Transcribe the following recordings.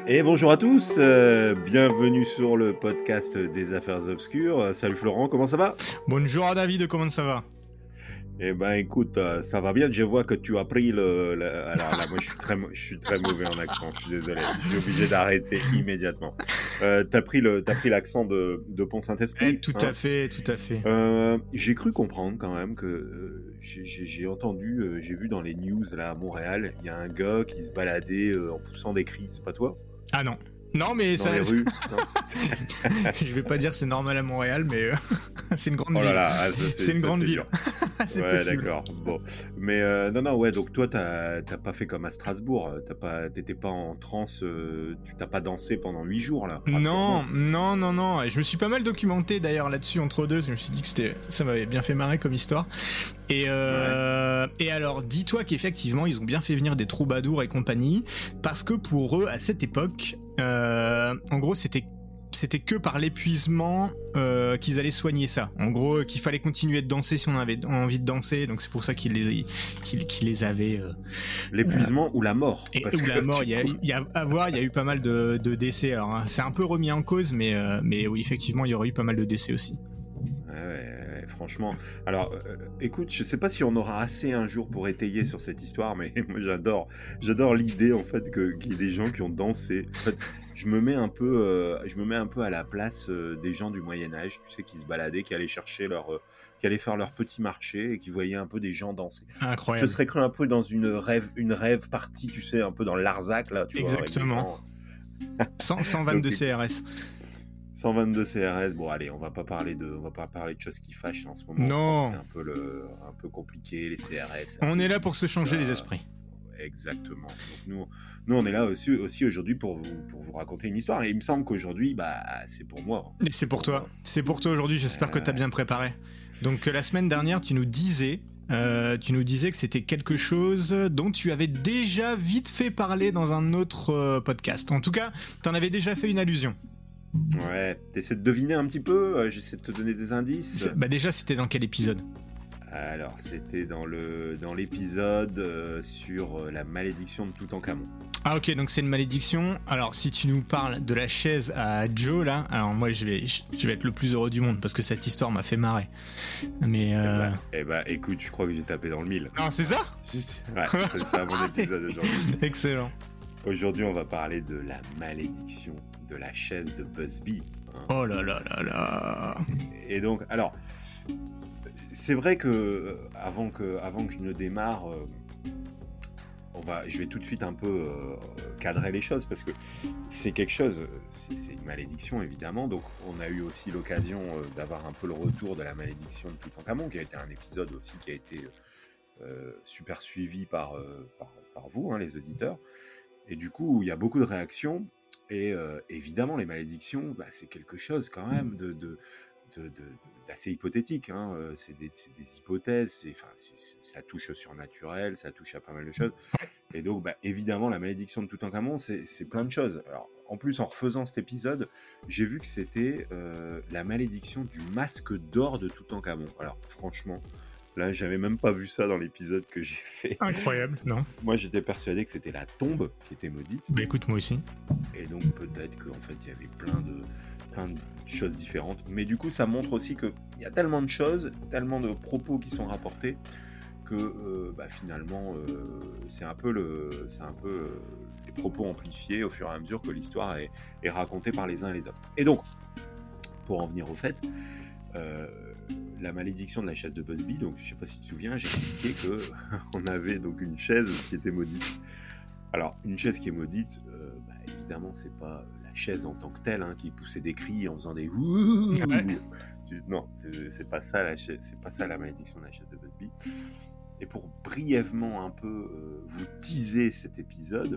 Et bonjour à tous, bienvenue sur le podcast des Affaires Obscures. Salut Florent, comment ça va? Bonjour David, comment ça va? Eh ben écoute, ça va bien, je vois que tu as pris alors là, moi je suis très mauvais en accent, je suis désolé, je suis obligé d'arrêter immédiatement. T'as pris l'accent de Pont-Saint-Esprit. Tout à fait. J'ai cru comprendre quand même que j'ai entendu, j'ai vu dans les news là à Montréal, il y a un gars qui se baladait en poussant des cris, c'est pas toi? Ah non. Non, mais Dans ça. les rues, non. Je vais pas dire c'est normal à Montréal, mais c'est une grande Oh ville. là là, C'est une grande ville. C'est ouais, possible. d'accord. Bon, mais non, ouais. Donc toi, t'as pas fait comme à Strasbourg. T'étais pas en transe. Tu t'as pas dansé pendant 8 jours là. Non. Je me suis pas mal documenté d'ailleurs là-dessus entre deux. Je me suis dit que ça m'avait bien fait marrer comme histoire. Et alors, dis-toi qu'effectivement, ils ont bien fait venir des troubadours et compagnie, parce que pour eux, à cette époque, en gros, c'était que par l'épuisement qu'ils allaient soigner ça. En gros, qu'il fallait continuer de danser si on avait envie de danser. Donc c'est pour ça qu'ils les avaient. L'épuisement ou la mort. Ou la mort. Il y a eu pas mal de décès. Alors, hein, c'est un peu remis en cause, mais oui, effectivement, il y aurait eu pas mal de décès aussi. Ouais, franchement. Alors, écoute, je sais pas si on aura assez un jour pour étayer sur cette histoire, mais moi j'adore l'idée en fait qu'il y ait des gens qui ont dansé. En fait, je me mets un peu à la place des gens du Moyen Âge, tu sais, qui se baladaient, qui allaient chercher qui allaient faire leur petit marché et qui voyaient un peu des gens danser. Incroyable. Je serais cru un peu dans une rêve partie, tu sais, un peu dans le Larzac là. Exactement. 122 CRS. 122 CRS. Bon, allez, on va pas parler de choses qui fâchent en ce moment. Non. C'est un peu compliqué, les CRS. On est là pour se changer les esprits. Exactement. Donc nous on est là aussi aujourd'hui pour vous raconter une histoire. Et il me semble qu'aujourd'hui, c'est pour moi. Et c'est pour toi. C'est pour toi aujourd'hui. J'espère que t'as bien préparé. Donc la semaine dernière, tu nous disais que c'était quelque chose dont tu avais déjà vite fait parler dans un autre podcast. En tout cas, t'en avais déjà fait une allusion. Ouais, t'essaies de deviner un petit peu, j'essaie de te donner des indices. Déjà, c'était dans quel épisode ? Alors, c'était dans l'épisode sur la malédiction de Toutankhamon. Ah ok, donc c'est une malédiction. Alors, si tu nous parles de la chaise à Joe, là, alors moi, je vais être le plus heureux du monde, parce que cette histoire m'a fait marrer. Mais écoute, je crois que j'ai tapé dans le mille. Ah, c'est ça ? Ouais, c'est ça mon épisode aujourd'hui. Excellent. Aujourd'hui, on va parler de la malédiction de la chaise de Busby. Hein. Oh là là là là. Et donc, alors, c'est vrai que avant que je ne démarre, je vais tout de suite un peu cadrer les choses parce que c'est quelque chose, c'est une malédiction évidemment. Donc, on a eu aussi l'occasion d'avoir un peu le retour de la malédiction de Toutankhamon, qui a été un épisode aussi qui a été super suivi par vous, hein, les auditeurs. Et du coup, il y a beaucoup de réactions. Et évidemment, les malédictions, c'est quelque chose quand même d'assez hypothétique. Hein. C'est des hypothèses, ça touche au surnaturel, ça touche à pas mal de choses. Et donc, évidemment, la malédiction de Toutankhamon, c'est plein de choses. Alors, en plus, en refaisant cet épisode, j'ai vu que c'était la malédiction du masque d'or de Toutankhamon. Alors, franchement... Là, j'avais même pas vu ça dans l'épisode que j'ai fait. Incroyable, non ? Moi, j'étais persuadé que c'était la tombe qui était maudite. Écoute, moi aussi. Et donc, peut-être qu'en fait, il y avait plein de choses différentes. Mais du coup, ça montre aussi qu'il y a tellement de choses, tellement de propos qui sont rapportés, que finalement, c'est un peu les propos amplifiés au fur et à mesure que l'histoire est racontée par les uns et les autres. Et donc, pour en venir au fait... la malédiction de la chaise de Busby, donc je sais pas si tu te souviens, j'ai expliqué qu'on avait donc une chaise qui était maudite. Alors, une chaise qui est maudite, évidemment, c'est pas la chaise en tant que telle, hein, qui poussait des cris en faisant des ouh. Non, c'est pas ça c'est pas ça la malédiction de la chaise de Busby. Et pour brièvement un peu vous teaser cet épisode,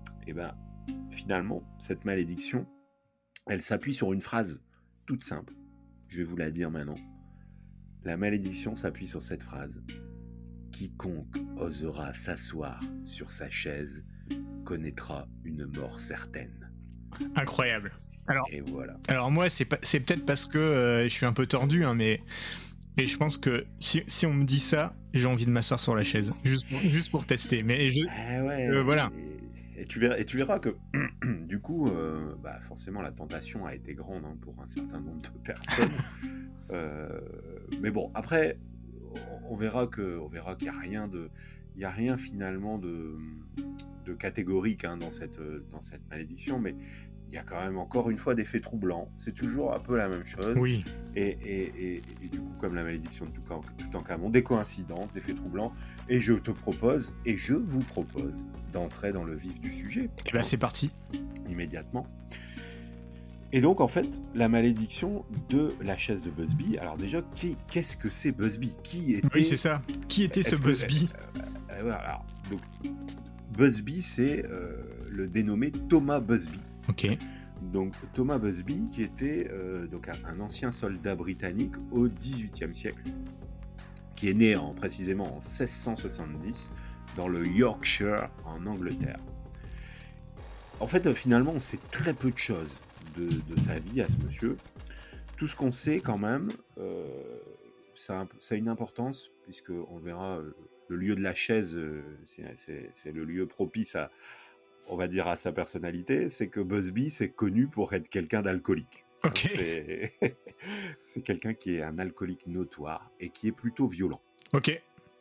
finalement, cette malédiction, elle s'appuie sur une phrase toute simple. Je vais vous la dire maintenant. La malédiction s'appuie sur cette phrase. Quiconque osera s'asseoir sur sa chaise connaîtra une mort certaine. Incroyable. Et voilà. Alors moi, c'est peut-être parce que je suis un peu tordu, hein, mais je pense que si on me dit ça, j'ai envie de m'asseoir sur la chaise, juste pour tester. Mais voilà. Et tu verras que du coup, forcément la tentation a été grande pour un certain nombre de personnes. Mais bon, après, on verra qu'il y a rien finalement de catégorique dans cette malédiction, mais il y a quand même encore une fois des faits troublants. C'est toujours un peu la même chose. Oui. Et du coup, comme la malédiction de Toutankhamon, des coïncidences, des faits troublants. Et je vous propose d'entrer dans le vif du sujet. Et ben c'est parti. Immédiatement. Et donc, en fait, la malédiction de la chaise de Busby. Alors déjà, qu'est-ce que c'est Busby ? Qui était... Oui, c'est ça. Qui était ce Busby ? Voilà. Donc, Busby, c'est le dénommé Thomas Busby. Ok. Donc Thomas Busby, qui était donc un ancien soldat britannique au XVIIIe siècle, qui est né précisément en 1670 dans le Yorkshire en Angleterre. En fait, finalement, on sait très peu de choses de sa vie à ce monsieur. Tout ce qu'on sait quand même, ça a une importance, puisqu'on verra, le lieu de la chaise, c'est le lieu propice à, on va dire, à sa personnalité. C'est que Busby, c'est connu pour être quelqu'un d'alcoolique. Ok. C'est quelqu'un qui est un alcoolique notoire et qui est plutôt violent. Ok.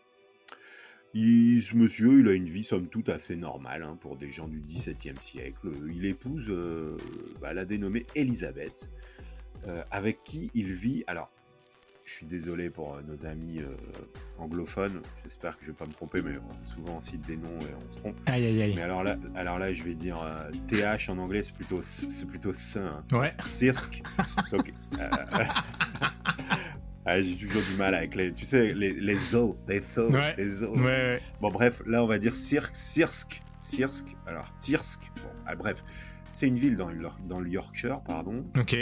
Ce monsieur, il a une vie somme toute assez normale pour des gens du XVIIe siècle. Il épouse la dénommée Elisabeth, avec qui il vit. Alors, je suis désolé pour nos amis anglophones. J'espère que je vais pas me tromper, mais souvent on cite des noms et on se trompe. Aïe aïe aïe. Mais alors là, je vais dire TH en anglais, c'est plutôt sain. Ouais. Cirque. Donc, j'ai toujours du mal avec les os, les os. Ouais. Bon, bref, là, on va dire Cirque. Alors, Tirsk. Bon, bref, c'est une ville dans le Yorkshire, pardon. Ok.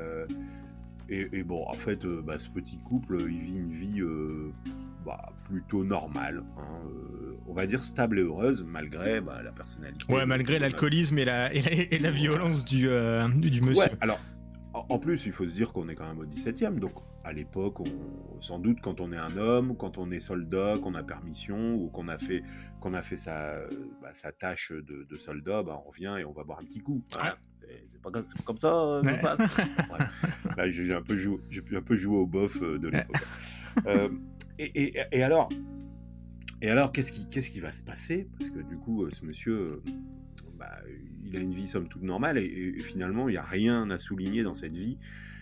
Et bon, en fait, ce petit couple, il vit une vie plutôt normale. On va dire stable et heureuse, malgré la personnalité. Ouais, malgré l'alcoolisme et la violence du monsieur. Ouais, alors, en plus, il faut se dire qu'on est quand même au XVIIe, donc à l'époque, sans doute, quand on est un homme, quand on est soldat, qu'on a permission, ou qu'on a fait sa tâche de soldat, on revient et on va boire un petit coup. Voilà. C'est pas comme ça que ça passe. Là, j'ai un peu joué au bof de l'époque. Et alors, qu'est-ce qui va se passer ? Parce que du coup, ce monsieur, il a une vie somme toute normale, et finalement, il n'y a rien à souligner dans cette vie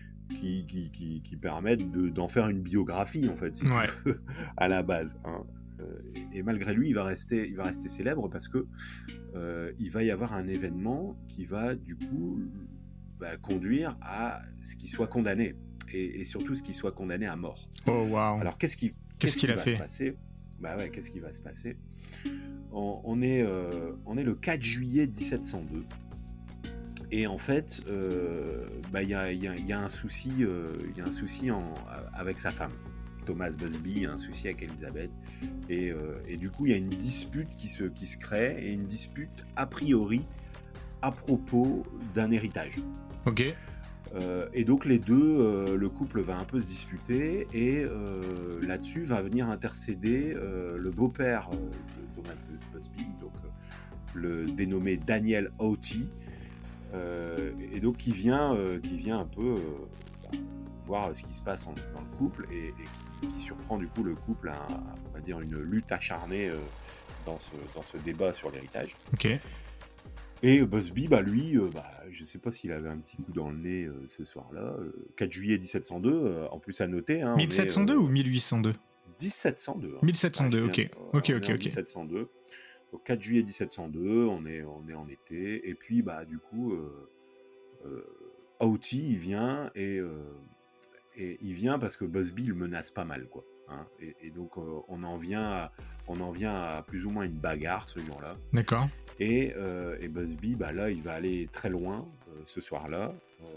qui permette d'en faire une biographie, en fait, si tu veux, à la base. Et malgré lui, il va rester célèbre parce que il va y avoir un événement qui va du coup conduire à ce qu'il soit condamné, et surtout ce qu'il soit condamné à mort. Oh waouh. Alors qu'est-ce qu'il a fait ? Qu'est-ce qui va se passer ? On est le 4 juillet 1702. Et en fait, il y a un souci, avec sa femme. Thomas Busby a un souci avec Elisabeth, et du coup il y a une dispute qui se crée, et une dispute a priori à propos d'un héritage. Ok. Et donc les deux, le couple va un peu se disputer, et là-dessus va venir intercéder le beau-père de Thomas Busby, donc le dénommé Daniel Haughty, et donc qui vient un peu voir ce qui se passe dans le couple, et qui surprend du coup le couple à, on va dire, une lutte acharnée dans ce débat sur l'héritage. Ok. Et Busby, lui, je sais pas s'il avait un petit coup dans le nez ce soir-là. 4 juillet 1702, en plus à noter. 1702 ou 1802 ? 1702. 1702, ok. Ok. 1702. Donc 4 juillet 1702, on est en été. Et puis, du coup, Haughty, il vient, et il vient parce que Busby le menace pas mal, quoi. Et donc, on en vient à plus ou moins une bagarre ce jour-là. D'accord. Et Busby, là, il va aller très loin ce soir-là.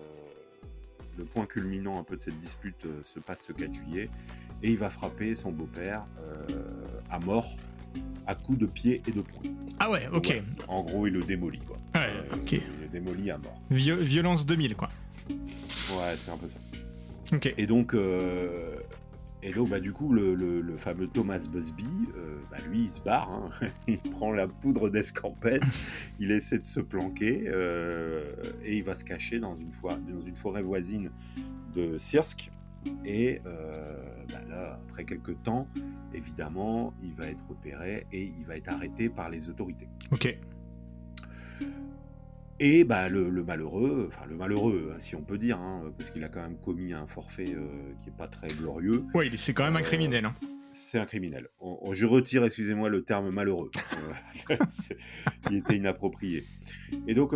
Le point culminant un peu de cette dispute se passe ce 4 juillet, et il va frapper son beau-père à mort, à coups de pied et de poing. Ah ouais, ok. Ouais, en gros, il le démolit, quoi. Ouais, ok. Il le démolit à mort. Violence 2000, quoi. Ouais, c'est un peu ça. Ok. Et donc, Et donc, du coup, le fameux Thomas Busby, lui, il se barre, hein. Il prend la poudre d'escampette, il essaie de se planquer, et il va se cacher dans une forêt voisine de Siersk. Et là, après quelques temps, évidemment, il va être repéré et il va être arrêté par les autorités. Ok. Et le malheureux, si on peut dire, hein, parce qu'il a quand même commis un forfait qui est pas très glorieux. Ouais, c'est quand même un criminel. Hein. C'est un criminel. Je retire, excusez-moi, le terme malheureux. Il était inapproprié. Et donc,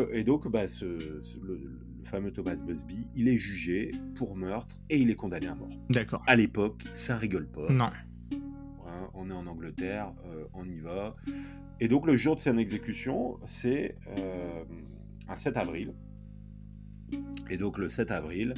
le fameux Thomas Busby, il est jugé pour meurtre et il est condamné à mort. D'accord. À l'époque, ça rigole pas. Non. Hein, on est en Angleterre, on y va. Et donc, le jour de son exécution, c'est un 7 avril. Et donc, le 7 avril,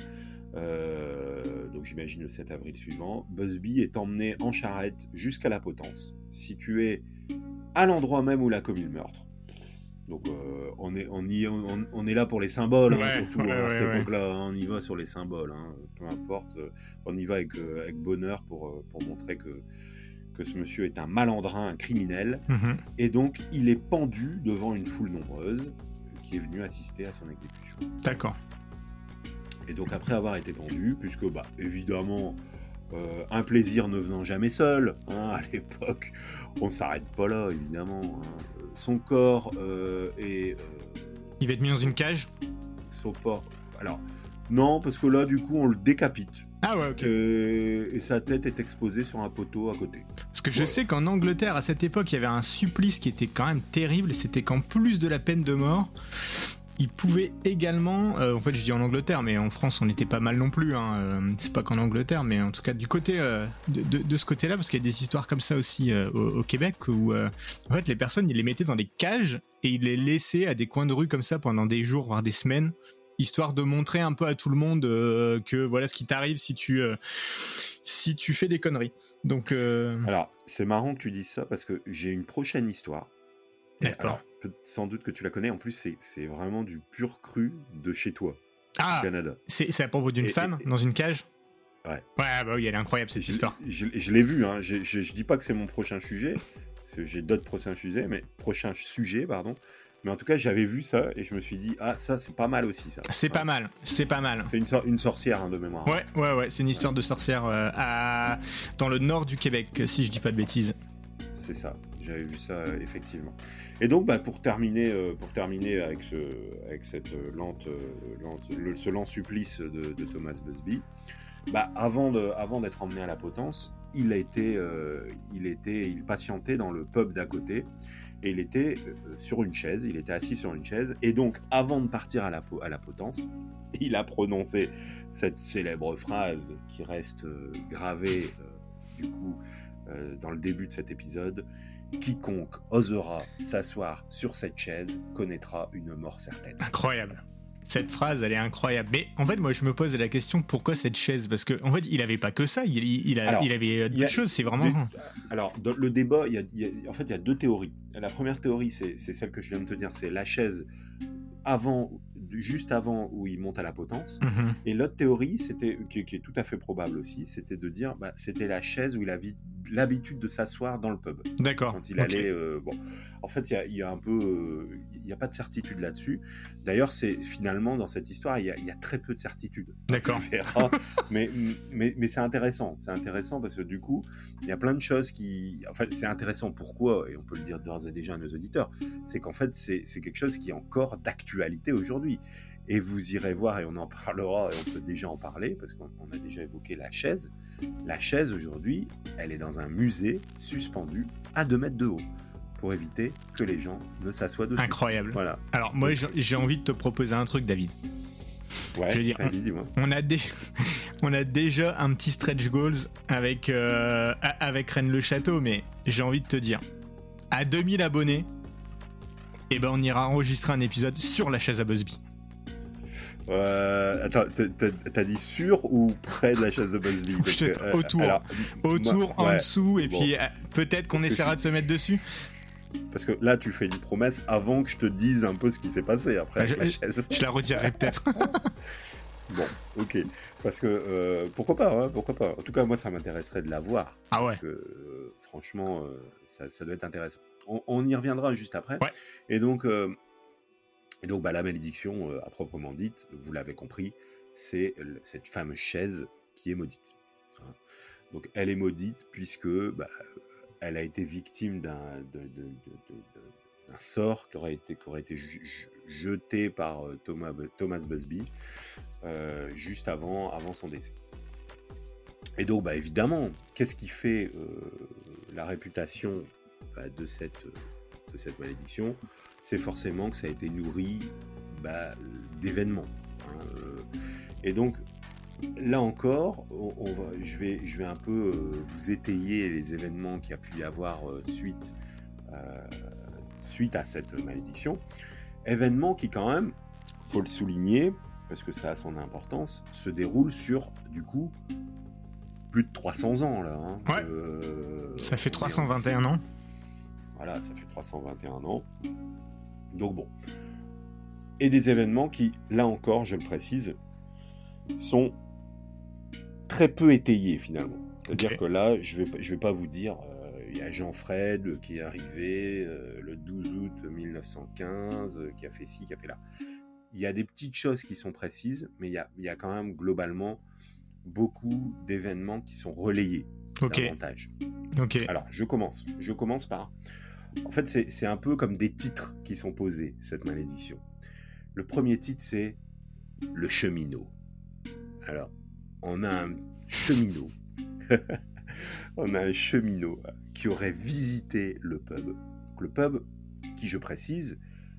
donc j'imagine le 7 avril suivant, Busby est emmené en charrette jusqu'à la Potence, située à l'endroit même où il a commis le meurtre. Donc on est là pour les symboles, surtout à cette époque-là, hein, on y va sur les symboles, hein, peu importe, on y va avec bonheur pour montrer que ce monsieur est un malandrin, un criminel, et donc il est pendu devant une foule nombreuse qui est venue assister à son exécution. D'accord. Et donc après avoir été pendu, puisque évidemment, un plaisir ne venant jamais seul, hein, à l'époque, on s'arrête pas là, évidemment. Hein. Son corps est... il va être mis dans une cage ? Son corps... Alors, non, parce que là, du coup, on le décapite. Ah ouais, ok. Et sa tête est exposée sur un poteau à côté. Parce que je sais qu'en Angleterre, à cette époque, il y avait un supplice qui était quand même terrible, c'était qu'en plus de la peine de mort... Il pouvait également, en fait je dis en Angleterre, mais en France on n'était pas mal non plus, hein, c'est pas qu'en Angleterre, mais en tout cas du côté de ce côté-là, parce qu'il y a des histoires comme ça aussi au Québec, où en fait les personnes ils les mettaient dans des cages et ils les laissaient à des coins de rue comme ça pendant des jours, voire des semaines, histoire de montrer un peu à tout le monde que voilà ce qui t'arrive si tu fais des conneries. Donc, Alors c'est marrant que tu dises ça, parce que j'ai une prochaine histoire. D'accord. Alors, sans doute que tu la connais, en plus c'est vraiment du pur cru de chez toi, au Canada. C'est à propos d'une femme dans une cage ? Ouais. Ouais, oui, elle est incroyable cette histoire. Je l'ai vu, hein. Je dis pas que c'est mon prochain sujet, parce que j'ai d'autres prochains sujets, mais en tout cas j'avais vu ça et je me suis dit, ça c'est pas mal aussi ça. C'est pas mal. C'est une sorcière, hein, de mémoire. Ouais, c'est une histoire de sorcière dans le nord du Québec, si je dis pas de bêtises. C'est ça, j'avais vu ça effectivement. Et donc pour terminer avec ce lent supplice de Thomas Busby, avant d'être emmené à la Potence, il patientait dans le pub d'à côté et il était il était assis sur une chaise, et donc avant de partir à la Potence, il a prononcé cette célèbre phrase qui reste gravée du coup dans le début de cet épisode: quiconque osera s'asseoir sur cette chaise connaîtra une mort certaine. Incroyable. Cette phrase, elle est incroyable. Mais en fait, moi, je me pose la question, pourquoi cette chaise ? Parce qu'en fait, il avait pas que ça. Il avait d'autres choses. C'est vraiment. Alors, dans le débat, il y a deux théories. La première théorie, c'est celle que je viens de te dire, c'est la chaise juste avant où il monte à la Potence. Et l'autre théorie, qui est tout à fait probable aussi, c'était de dire, c'était la chaise où il avait l'habitude de s'asseoir dans le pub. D'accord. Quand il allait, en fait, il y a un peu, il y a pas de certitude là-dessus. D'ailleurs, c'est finalement dans cette histoire, il y a très peu de certitude. D'accord. mais c'est intéressant. C'est intéressant parce que du coup, il y a plein de choses c'est intéressant. Pourquoi ? Et on peut le dire d'ores et déjà à nos auditeurs, c'est qu'en fait, c'est quelque chose qui est encore d'actualité aujourd'hui. Et vous irez voir, et on en parlera, et on peut déjà en parler, parce qu'on a déjà évoqué la chaise. La chaise, aujourd'hui, elle est dans un musée suspendue à 2 mètres de haut, pour éviter que les gens ne s'assoient dessus. Incroyable. Voilà. Alors, moi, j'ai envie de te proposer un truc, David. Ouais, je veux dire, vas-y, dis-moi. On a déjà un petit stretch goals avec Rennes le Château, mais j'ai envie de te dire, à 2000 abonnés, on ira enregistrer un épisode sur la chaise à Busby. Attends, t'as dit sur ou près de la chaise de Busby? Autour, en dessous, et puis peut-être qu'on essaiera de se mettre dessus. Parce que là, tu fais une promesse avant que je te dise un peu ce qui s'est passé après avec la chaise. Je la retirerai peut-être. Bon, ok. Parce que pourquoi pas, hein, pourquoi pas. En tout cas, moi, ça m'intéresserait de la voir. Ah ouais. Parce que franchement, ça doit être intéressant. On y reviendra juste après. Ouais. Et donc, bah, la malédiction, à proprement dite, vous l'avez compris, c'est cette fameuse chaise qui est maudite. Hein. Donc, elle est maudite puisque bah, elle a été victime d'un sort qui aurait été jeté par Thomas Busby juste avant son décès. Et donc, bah, évidemment, qu'est-ce qui fait la réputation de cette malédiction ? C'est forcément que ça a été nourri d'événements. Hein, et donc, là encore, je vais un peu vous étayer les événements qu'il y a pu y avoir suite à cette malédiction. Événements qui, quand même, faut le souligner, parce que ça a son importance, se déroulent sur, du coup, plus de 300 ans, là. Hein, ouais. Ça fait 321 ans. Voilà, ça fait 321 ans. Donc bon. Et des événements qui, là encore, je le précise, sont très peu étayés, finalement. C'est-à-dire que là, je vais pas vous dire, il y a Jean-Fred qui est arrivé le 12 août 1915, qui a fait ci, qui a fait là. Il y a des petites choses qui sont précises, mais il y a quand même globalement beaucoup d'événements qui sont relayés davantage. Ok. Alors, je commence par... En fait, c'est un peu comme des titres qui sont posés, cette malédiction. Le premier titre, c'est « Le cheminot ». Alors, on a un cheminot. On a un cheminot qui aurait visité le pub. Le pub, qui, je précise,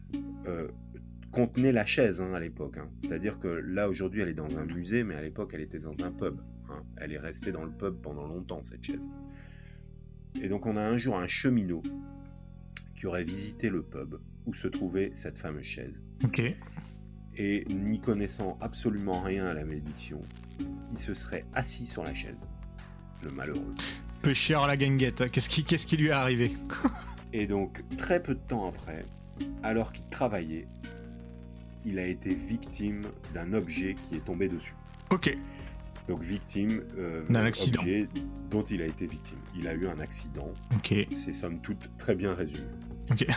contenait la chaise à l'époque. Hein. C'est-à-dire que là, aujourd'hui, elle est dans un musée, mais à l'époque, elle était dans un pub. Hein. Elle est restée dans le pub pendant longtemps, cette chaise. Et donc, on a un jour un cheminot qui aurait visité le pub où se trouvait cette fameuse chaise. Ok. Et n'y connaissant absolument rien à la malédiction, il se serait assis sur la chaise. Le malheureux. Peu cher la guinguette. Qu'est-ce qui lui est arrivé? Et donc, très peu de temps après, alors qu'il travaillait, il a été victime d'un objet qui est tombé dessus. Ok. Donc, victime d'un accident objet dont il a été victime. Il a eu un accident. Ok. C'est somme toute très bien résumé. Ok.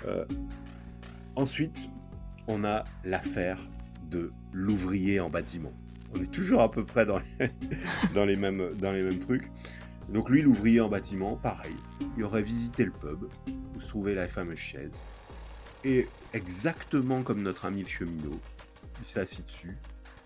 Ensuite, on a l'affaire de l'ouvrier en bâtiment. On est toujours à peu près dans les mêmes trucs. Donc lui, l'ouvrier en bâtiment, pareil. Il aurait visité le pub où se trouvait la fameuse chaise. Et exactement comme notre ami le cheminot, il s'est assis dessus.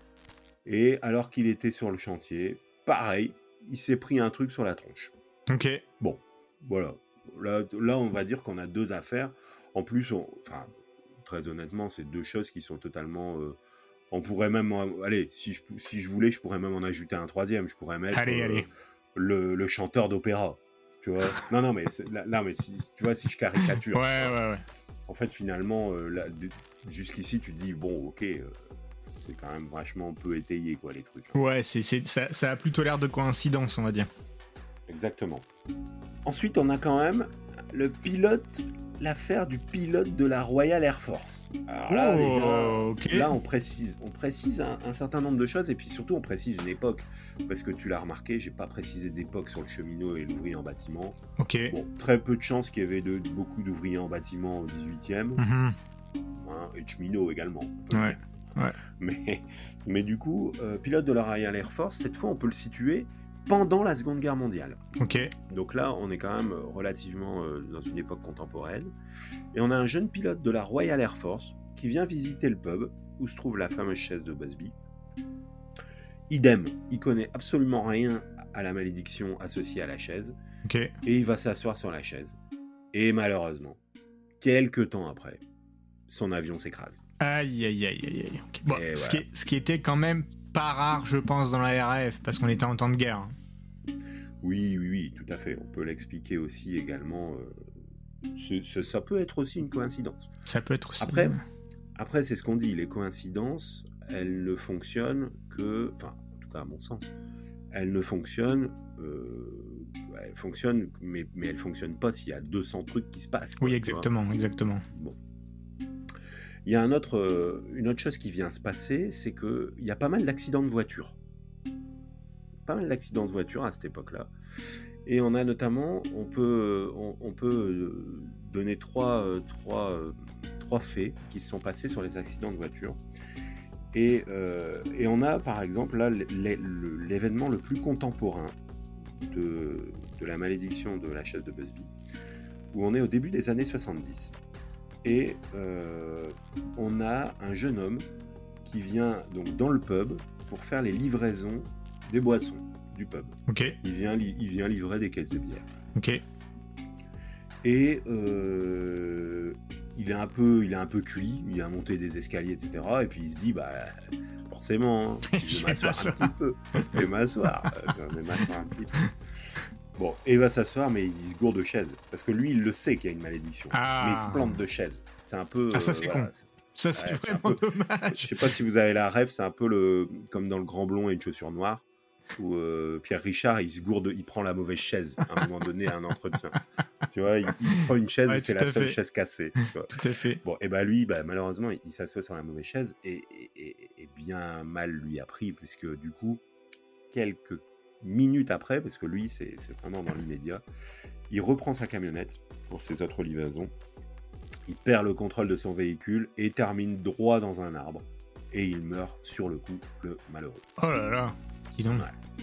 Et alors qu'il était sur le chantier, pareil, il s'est pris un truc sur la tronche. Ok. Bon, voilà. Là, on va dire qu'on a deux affaires. En plus, très honnêtement, c'est deux choses qui sont totalement... on pourrait même... Allez, si je voulais, je pourrais même en ajouter un troisième. Je pourrais mettre allez. Le chanteur d'opéra. Tu vois. Non, mais si, tu vois, si je caricature. Ouais. En fait, finalement, jusqu'ici, tu te dis, bon, ok... c'est quand même vachement peu étayé, quoi, les trucs. Hein. Ouais, ça a plutôt l'air de coïncidence, on va dire. Exactement. Ensuite, on a quand même l'affaire du pilote de la Royal Air Force. Alors là, déjà, okay. Là on précise un certain nombre de choses, et puis surtout, on précise une époque. Parce que tu l'as remarqué, j'ai pas précisé d'époque sur le cheminot et l'ouvrier en bâtiment. Ok. Bon, très peu de chances qu'il y avait beaucoup d'ouvriers en bâtiment au 18e. Mm-hmm. Hein, et de cheminots également. Ouais. Mais du coup, pilote de la Royal Air Force, cette fois on peut le situer pendant la Seconde Guerre mondiale. Ok. Donc là, on est quand même relativement dans une époque contemporaine. Et on a un jeune pilote de la Royal Air Force qui vient visiter le pub où se trouve la fameuse chaise de Busby. Idem, il connaît absolument rien à la malédiction associée à la chaise. Ok. Et il va s'asseoir sur la chaise. Et malheureusement, quelques temps après, son avion s'écrase. Aïe. Okay. Bon, voilà. ce qui était quand même pas rare, je pense, dans la RAF, parce qu'on était en temps de guerre. Oui, tout à fait. On peut l'expliquer aussi également. Ça peut être aussi une coïncidence. Ça peut être aussi... Après, c'est ce qu'on dit. Les coïncidences, elles ne fonctionnent que... Enfin, en tout cas, à mon sens, elles ne fonctionnent... elles fonctionnent, mais elles ne fonctionnent pas s'il y a 200 trucs qui se passent. Quoi, oui, exactement. Bon. Il y a une autre chose qui vient se passer, c'est qu'il y a pas mal d'accidents de voiture. Pas mal d'accidents de voiture à cette époque-là. Et on a notamment, on peut donner trois faits qui se sont passés sur les accidents de voiture. Et on a par exemple là l'événement le plus contemporain de la malédiction de la chaise de Busby, où on est au début des années 70. Et on a un jeune homme qui vient donc dans le pub pour faire les livraisons des boissons du pub. Ok. Il vient livrer des caisses de bière. Ok. Et il est un peu cuit, il a monté des escaliers, etc. Et puis il se dit, bah forcément, je vais m'asseoir un petit peu. Je vais m'asseoir un petit peu. Bon, et il va s'asseoir, mais il se gourde de chaise. Parce que lui, il le sait qu'il y a une malédiction. Mais il se plante de chaise. C'est un peu... ça, c'est con. Ça, c'est vraiment dommage. Je sais pas si vous avez la rêve, c'est un peu comme dans Le Grand Blond et une chaussure noire, où Pierre Richard, il prend la mauvaise chaise à un moment donné à un entretien. Tu vois, il prend une chaise et c'est la seule chaise cassée. Tu vois. Tout à fait. Bon, et lui, malheureusement, il s'assoit sur la mauvaise chaise et bien mal lui a pris, puisque du coup, quelques minutes après, parce que lui, c'est vraiment dans l'immédiat, il reprend sa camionnette pour ses autres livraisons, il perd le contrôle de son véhicule et termine droit dans un arbre. Et il meurt sur le coup, le malheureux. Oh là là, dis donc. Ouais.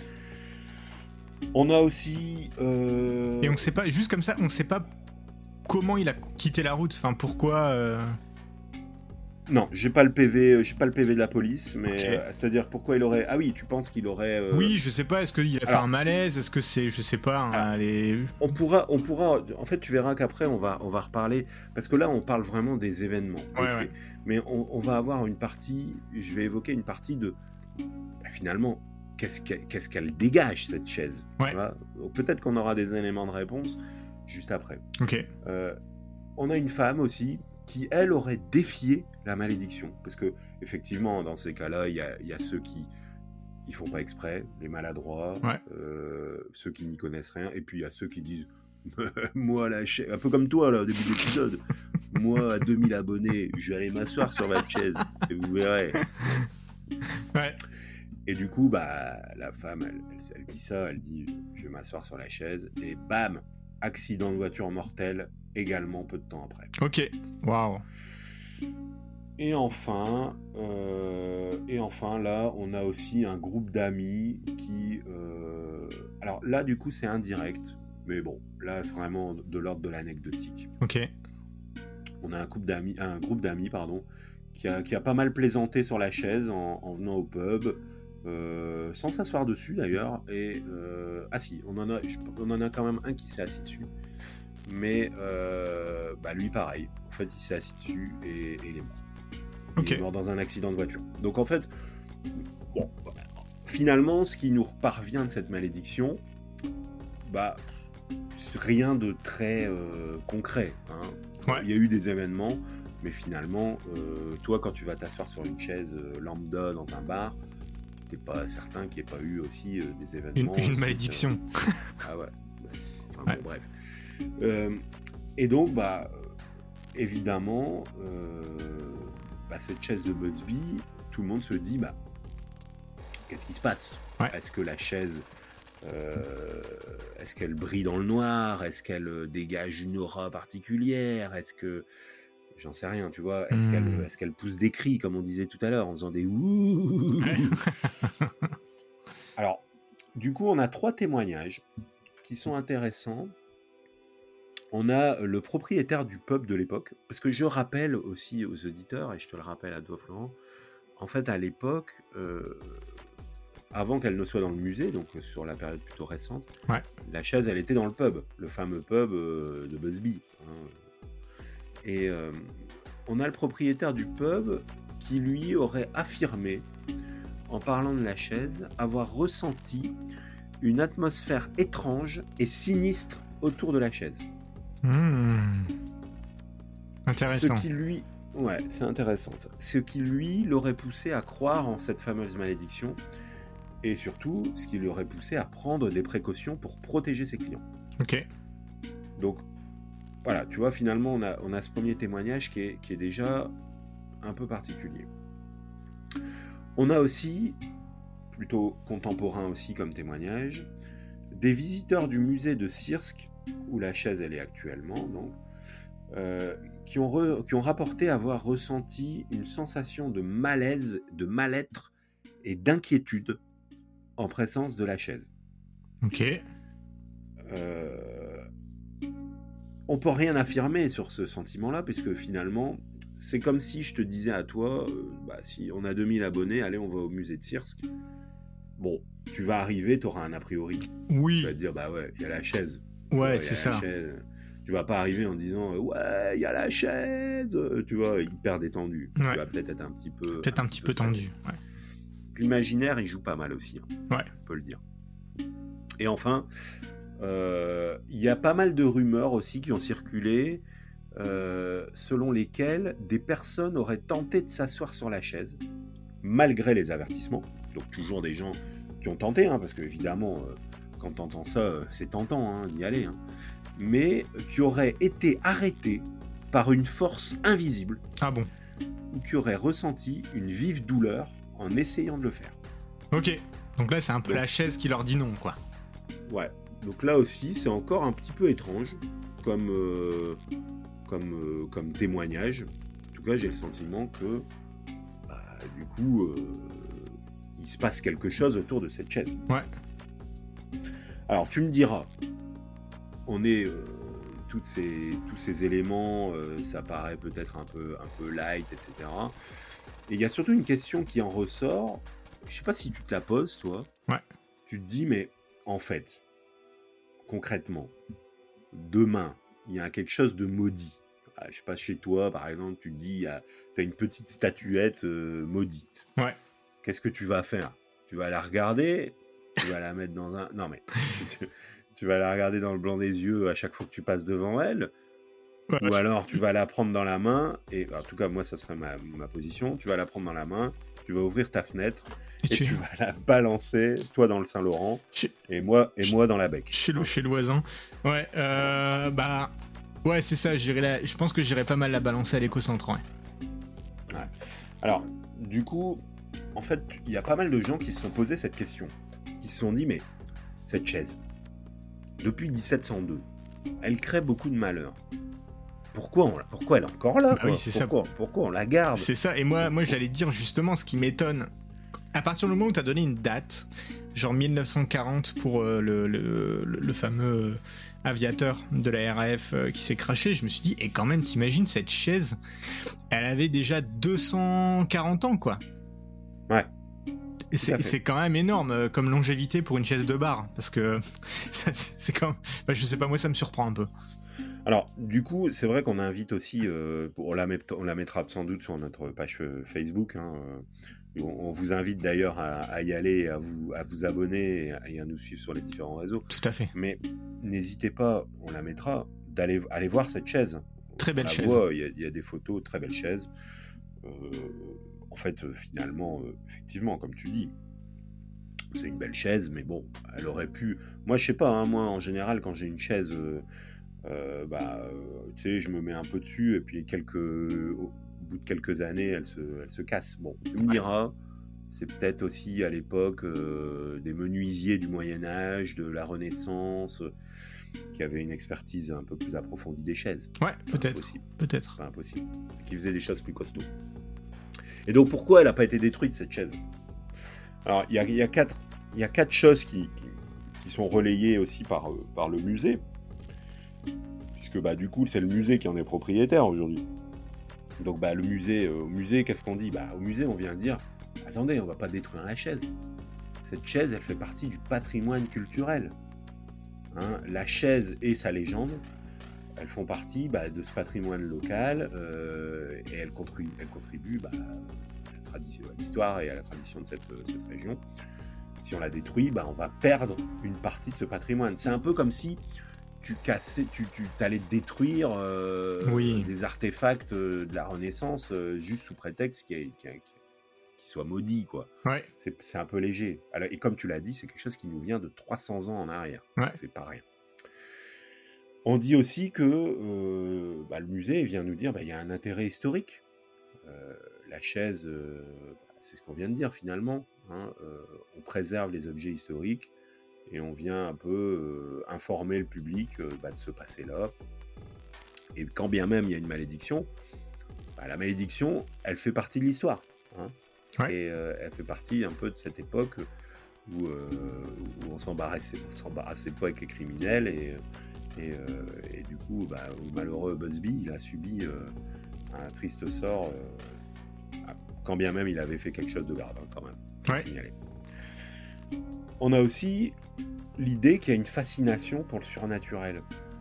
On a aussi... Et on sait pas, juste comme ça, on sait pas comment il a quitté la route, enfin pourquoi... Non, j'ai pas le PV de la police, mais c'est-à-dire pourquoi il aurait... Ah oui, tu penses qu'il aurait... Oui, je sais pas, est-ce qu'il a fait un malaise, est-ce que c'est... Je sais pas, on pourra... En fait, tu verras qu'après, on va reparler, parce que là, on parle vraiment des événements. Ouais. Mais on va avoir une partie, je vais évoquer une partie de... finalement, qu'est-ce qu'elle dégage, cette chaise, tu vois. Peut-être qu'on aura des éléments de réponse juste après. Ok. On a une femme aussi qui, elle, aurait défié la malédiction. Parce que, effectivement, dans ces cas-là, il y a ceux qui ils font pas exprès, les maladroits, ceux qui n'y connaissent rien, et puis il y a ceux qui disent moi, la chaise, un peu comme toi, là, au début de l'épisode, moi, à 2000 abonnés, je vais aller m'asseoir sur votre chaise, et vous verrez. Ouais. Et du coup, la femme, elle dit ça, elle dit je vais m'asseoir sur la chaise, et bam, accident de voiture mortel, également peu de temps après. Ok, waouh. Et enfin, là, on a aussi un groupe d'amis qui... Alors là, du coup, c'est indirect, mais bon, là, vraiment de l'ordre de l'anecdotique. Ok. On a un groupe d'amis, qui a pas mal plaisanté sur la chaise en venant au pub, sans s'asseoir dessus d'ailleurs. Et ah si, on en a quand même un qui s'est assis dessus, mais lui pareil. En fait, il s'est assis dessus et il est mort. Il est mort dans un accident de voiture. Donc en fait, bon, finalement, ce qui nous parvient de cette malédiction, c'est rien de très concret. Hein. Ouais. Il y a eu des événements, mais finalement, toi, quand tu vas t'asseoir sur une chaise lambda dans un bar, t'es pas certain qu'il n'y ait pas eu aussi des événements. Une malédiction. Ah ouais. Enfin, bon, bref. Et donc, évidemment, cette chaise de Busby, tout le monde se dit, qu'est-ce qui se passe ? Est-ce que la chaise, est-ce qu'elle brille dans le noir ? Est-ce qu'elle dégage une aura particulière ? Est-ce que... J'en sais rien, tu vois. Est-ce qu'elle pousse des cris, comme on disait tout à l'heure, en faisant des ouh. Alors, du coup, on a 3 témoignages qui sont intéressants. On a le propriétaire du pub de l'époque, parce que je rappelle aussi aux auditeurs, et je te le rappelle à toi, Florent, en fait, à l'époque, avant qu'elle ne soit dans le musée, donc sur la période plutôt récente, la chaise, elle était dans le pub, le fameux pub de Busby. Et on a le propriétaire du pub qui, lui, aurait affirmé, en parlant de la chaise, avoir ressenti une atmosphère étrange et sinistre autour de la chaise. Intéressant. Ce qui lui... Ouais, c'est intéressant ça. Ce qui lui l'aurait poussé à croire en cette fameuse malédiction, et surtout, ce qui l'aurait poussé à prendre des précautions pour protéger ses clients. Ok. Donc, voilà, tu vois, finalement, on a ce premier témoignage qui est déjà un peu particulier. On a aussi, plutôt contemporain aussi comme témoignage, des visiteurs du musée de Siersk, où la chaise elle est actuellement, donc, qui ont rapporté avoir ressenti une sensation de malaise, de mal-être et d'inquiétude en présence de la chaise. Ok. On peut rien affirmer sur ce sentiment-là, puisque finalement, c'est comme si je te disais à toi, si on a 2000 abonnés, allez, on va au musée de Siersk. Bon, tu vas arriver, tu auras un a priori. Oui. Tu vas te dire, bah ouais, il y a la chaise. Ouais, c'est ça. Tu vas pas arriver en disant, ouais, il y a la chaise. Tu vois, hyper détendu. Ouais. Tu vas peut-être être un petit peu... Peut-être un petit peu tendu, ouais. L'imaginaire, il joue pas mal aussi. Ouais. On peut le dire. Et enfin... il y a pas mal de rumeurs aussi qui ont circulé selon lesquelles des personnes auraient tenté de s'asseoir sur la chaise malgré les avertissements. Donc toujours des gens qui ont tenté, parce que évidemment quand t'entends ça c'est tentant d'y aller, mais qui auraient été arrêtés par une force invisible. Ah bon? Ou qui auraient ressenti une vive douleur en essayant de le faire. Ok, donc là c'est un peu la chaise qui leur dit non, quoi. Ouais. Donc là aussi, c'est encore un petit peu étrange comme témoignage. En tout cas, j'ai le sentiment que, du coup, il se passe quelque chose autour de cette chaise. Ouais. Alors, tu me diras, on est tous ces éléments, ça paraît peut-être un peu light, etc. Et il y a surtout une question qui en ressort. Je sais pas si tu te la poses, toi. Ouais. Tu te dis, mais en fait, concrètement, demain, il y a quelque chose de maudit. Je sais pas, chez toi, par exemple, tu te dis, tu as une petite statuette maudite. Ouais. Qu'est-ce que tu vas faire? Tu vas la regarder, tu vas la mettre dans un... Non, mais tu vas la regarder dans le blanc des yeux à chaque fois que tu passes devant elle, ouais, ou alors tu vas la prendre dans la main, et en tout cas, moi, ça serait ma position, tu vas la prendre dans la main, tu vas ouvrir ta fenêtre, et tu vas la balancer, toi dans le Saint-Laurent, et moi dans la Bec. Chez le voisin. Ouais, ouais, c'est ça, je pense que j'irais pas mal la balancer à l'éco-centre, ouais. Alors, du coup, en fait, il y a pas mal de gens qui se sont posé cette question, qui se sont dit, mais cette chaise, depuis 1702, elle crée beaucoup de malheur. Pourquoi elle est encore là, quoi? Oui, c'est pourquoi on la garde? C'est ça, et moi j'allais dire justement ce qui m'étonne. À partir du moment où tu as donné une date, genre 1940 pour le fameux aviateur de la RAF qui s'est crashé, je me suis dit, et quand même, t'imagines, cette chaise, elle avait déjà 240 ans, quoi. Ouais. Et c'est quand même énorme comme longévité pour une chaise de bar, parce que c'est quand même... je sais pas, moi ça me surprend un peu. Alors, du coup, c'est vrai qu'on invite aussi, on la mettra sans doute sur notre page Facebook, on vous invite d'ailleurs à y aller, à vous abonner et à nous suivre sur les différents réseaux. Tout à fait. Mais n'hésitez pas, on la mettra, aller voir cette chaise. Très belle chaise. Il y a des photos, très belle chaise. En fait, finalement, effectivement, comme tu dis, c'est une belle chaise, mais bon, elle aurait pu... Moi, je sais pas, moi, en général, quand j'ai une chaise... tu sais, je me mets un peu dessus, et puis au bout de quelques années, elle se casse. Bon, tu me diras, c'est peut-être aussi à l'époque des menuisiers du Moyen-Âge, de la Renaissance, qui avaient une expertise un peu plus approfondie des chaises. Ouais, peut-être. Peut-être. Pas impossible. Qui faisaient des choses plus costauds. Et donc, pourquoi elle n'a pas été détruite, cette chaise? Alors, il y a quatre choses qui sont relayées aussi par le musée. Puisque du coup c'est le musée qui en est propriétaire aujourd'hui. Donc au musée, qu'est-ce qu'on dit? Au musée on vient dire, attendez, on va pas détruire la chaise. Cette chaise, elle fait partie du patrimoine culturel. La chaise et sa légende, elles font partie de ce patrimoine local, et elles contribuent à l'histoire et à la tradition de cette région. Si on la détruit, on va perdre une partie de ce patrimoine. C'est un peu comme si tu allais détruire des artefacts de la Renaissance juste sous prétexte qu'ils soient maudits, quoi. Ouais. C'est un peu léger. Alors, et comme tu l'as dit, c'est quelque chose qui nous vient de 300 ans en arrière. Ouais. C'est pas rien. On dit aussi que le musée vient nous dire il y a un intérêt historique La chaise, c'est ce qu'on vient de dire finalement. Hein, on préserve les objets historiques et on vient un peu informer le public de ce passé-là. Et quand bien même il y a une malédiction, la malédiction, elle fait partie de l'histoire. Hein, ouais. Et elle fait partie un peu de cette époque où on s'embarrassait pas avec les criminels et du coup, le malheureux Busby, il a subi un triste sort, quand bien même il avait fait quelque chose de grave, quand même. Ouais. Signaler. On a aussi l'idée qu'il y a une fascination pour le surnaturel.